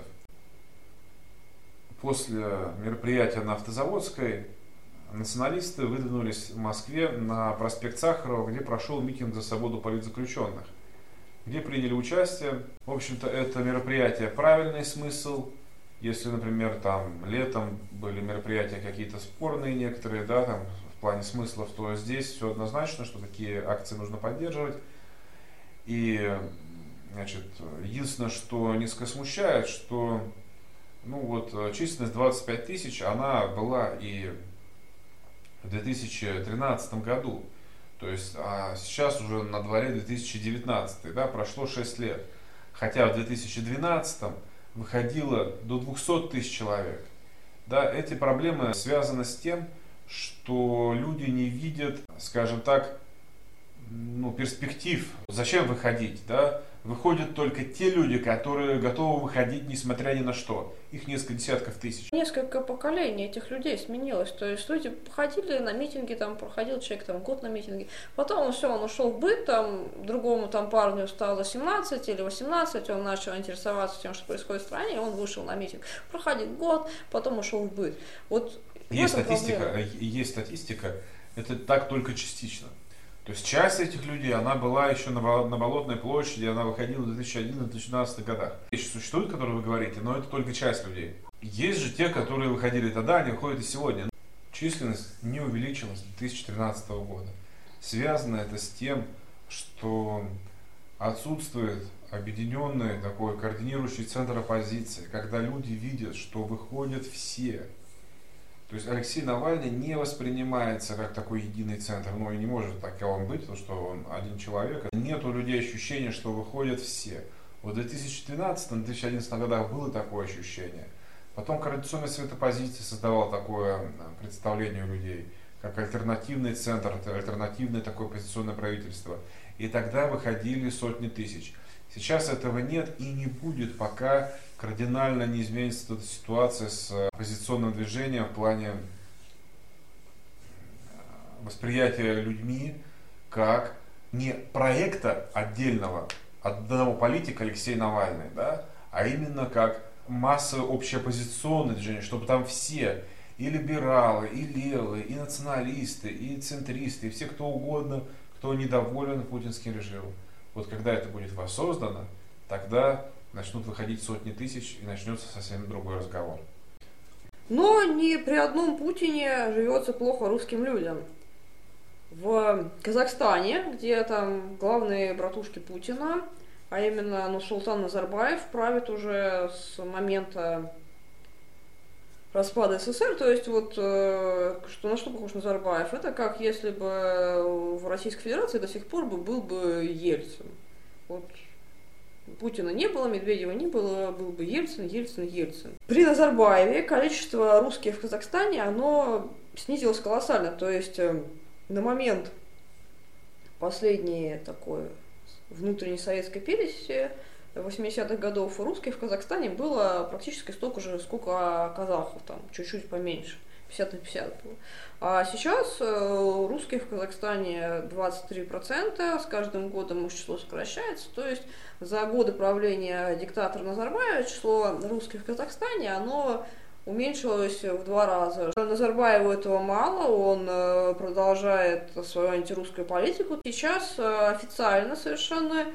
После мероприятия на Автозаводской националисты выдвинулись в Москве на проспект Сахарова, где прошел митинг за свободу политзаключенных, где приняли участие. В общем-то, это мероприятие правильный смысл. Если, например, там летом были мероприятия какие-то спорные некоторые, да, там в плане смыслов, то здесь все однозначно, что такие акции нужно поддерживать. И, значит, единственное, что несколько смущает, что численность 25 тысяч, она была и в 2013 году. То есть сейчас уже на дворе 2019, да, прошло 6 лет. Хотя в 2012 выходило до 200 тысяч человек. Да, эти проблемы связаны с тем, что люди не видят, скажем так, перспектив. Зачем выходить? Да? Выходят только те люди, которые готовы выходить несмотря ни на что. Их несколько десятков тысяч. Несколько поколений этих людей сменилось. То есть люди ходили на митинги, там проходил человек год на митинге. Потом он ушел в быт, другому парню стало 17 или 18, он начал интересоваться тем, что происходит в стране, и он вышел на митинг. Проходит год, потом ушел в быт. Вот есть статистика, это так только частично. То есть часть этих людей, она была еще на Болотной площади, она выходила в 2011-2012 годах. Еще существуют, которые вы говорите, но это только часть людей. Есть же те, которые выходили тогда, они выходят и сегодня. Численность не увеличилась с 2013 года. Связано это с тем, что отсутствует объединенный такой координирующий центр оппозиции, когда люди видят, что выходят все. То есть Алексей Навальный не воспринимается как такой единый центр, и не может таковым быть, потому что он один человек. Нет у людей ощущения, что выходят все. Вот в 2012-2011 годах было такое ощущение. Потом Координационный совет оппозиции создавал такое представление у людей, как альтернативный центр, альтернативное такое оппозиционное правительство. И тогда выходили сотни тысяч. Сейчас этого нет и не будет, пока кардинально не изменится эта ситуация с оппозиционным движением в плане восприятия людьми как не проекта отдельного от одного политика Алексея Навального, да, а именно как массовое общеоппозиционное движение, чтобы там все, и либералы, и левые, и националисты, и центристы, и все кто угодно, кто недоволен путинским режимом. Вот когда это будет воссоздано, тогда начнут выходить сотни тысяч и начнется совсем другой разговор. Но не при одном Путине живется плохо русским людям. В Казахстане, где там главные братушки Путина, а именно Нурсултан Назарбаев, правит уже с момента распада СССР, то есть вот что, на что похож Назарбаев? Это как если бы в Российской Федерации до сих пор был бы Ельцин. Вот Путина не было, Медведева не было, был бы Ельцин. При Назарбаеве количество русских в Казахстане, оно снизилось колоссально. То есть на момент последней такой внутренней советской переписи 80-х годов русских в Казахстане было практически столько же, сколько казахов, там чуть-чуть поменьше. 50 на 50 было. А сейчас русских в Казахстане 23%, с каждым годом их число сокращается, то есть за годы правления диктатора Назарбаева число русских в Казахстане, оно уменьшилось в 2 раза. Назарбаеву этого мало, он продолжает свою антирусскую политику. Сейчас официально совершенно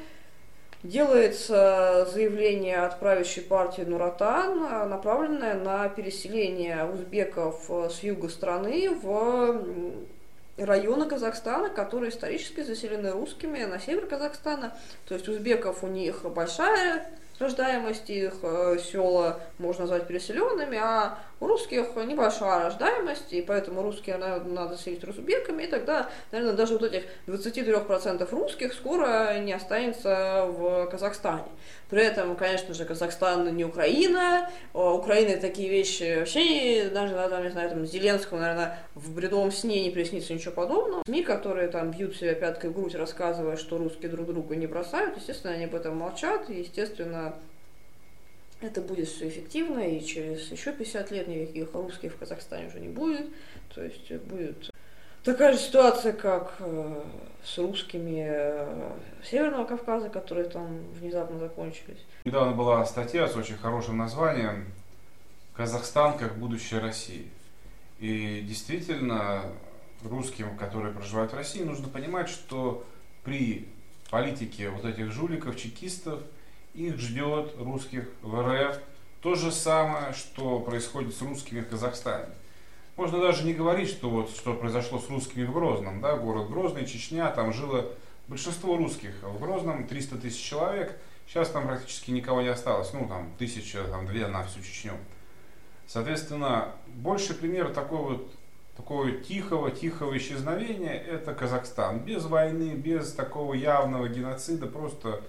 делается заявление от правящей партии Нур-Отан, направленное на переселение узбеков с юга страны в районы Казахстана, которые исторически заселены русскими, на север Казахстана. То есть узбеков у них большая рождаемость, их села можно назвать переселенными, а у русских небольшая рождаемость, и поэтому русские надо селить узбеками, и тогда, наверное, даже вот этих 23% русских скоро не останется в Казахстане. При этом, конечно же, Казахстан не Украина, Украины такие вещи вообще, даже, не знаю, там, Зеленскому, наверное, в бредовом сне не приснится ничего подобного. СМИ, которые там бьют себя пяткой в грудь, рассказывая, что русские друг друга не бросают, естественно, они об этом молчат, и, естественно, это будет все эффективно, и через еще 50 лет никаких русских в Казахстане уже не будет. То есть будет такая же ситуация, как с русскими Северного Кавказа, которые там внезапно закончились. Недавно была статья с очень хорошим названием «Казахстан как будущее России». И действительно, русским, которые проживают в России, нужно понимать, что при политике вот этих жуликов, чекистов, их ждет русских в РФ то же самое, что происходит с русскими в Казахстане. Можно даже не говорить, что вот что произошло с русскими в Грозном, да, город Грозный, Чечня, там жило большинство русских. В Грозном 300 тысяч человек, сейчас там практически никого не осталось, ну там 1000, там 2 на всю Чечню. Соответственно, больший пример такого тихого исчезновения — это Казахстан. Без войны, без такого явного геноцида, просто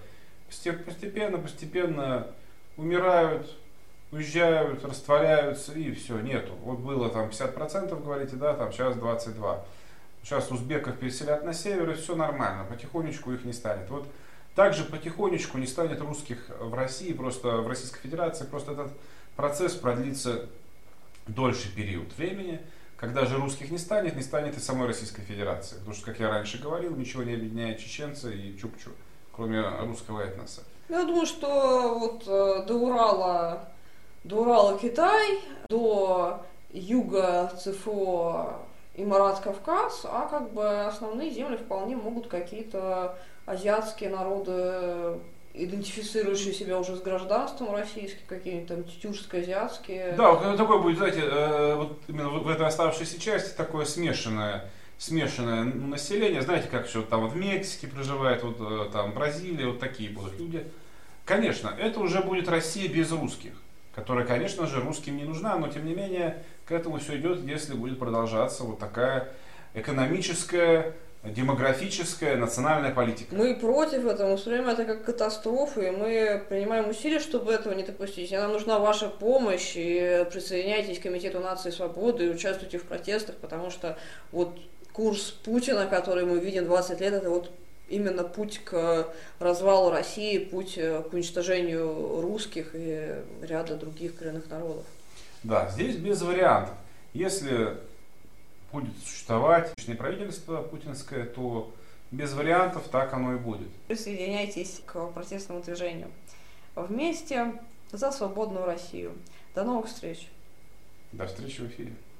постепенно умирают, уезжают, растворяются, и все, нету. Вот было там 50%, говорите, да, там сейчас 22%. Сейчас узбеков переселят на север, и все нормально, потихонечку их не станет. Вот также потихонечку не станет русских в России, просто в Российской Федерации, просто этот процесс продлится дольший период времени. Когда же русских не станет и самой Российской Федерации. Потому что, как я раньше говорил, ничего не объединяет чеченца и чукчу, кроме русского этноса. Я думаю, что вот до Урала Китай, до юга ЦФО Имарат Кавказ, а как бы основные земли вполне могут какие-то азиатские народы, идентифицирующие себя уже с гражданством российским, какие-нибудь там тюркско-азиатские. Да, вот такое будет, знаете, вот именно в этой оставшейся части такое смешанное население, знаете, как еще там вот в Мексике проживает, вот там Бразилия, вот такие будут люди. Конечно, это уже будет Россия без русских, которая, конечно же, русским не нужна, но тем не менее к этому все идет, если будет продолжаться вот такая экономическая, демографическая, национальная политика. Мы против этого, мы воспринимаем это как катастрофу, и мы принимаем усилия, чтобы этого не допустить. И нам нужна ваша помощь, и присоединяйтесь к Комитету нации и свободы, и участвуйте в протестах, потому что вот курс Путина, который мы видим 20 лет, это вот именно путь к развалу России, путь к уничтожению русских и ряда других коренных народов. Да, здесь без вариантов. Если будет существовать личное правительство путинское, то без вариантов так оно и будет. Присоединяйтесь к протестному движению. Вместе за свободную Россию. До новых встреч. До встречи в эфире.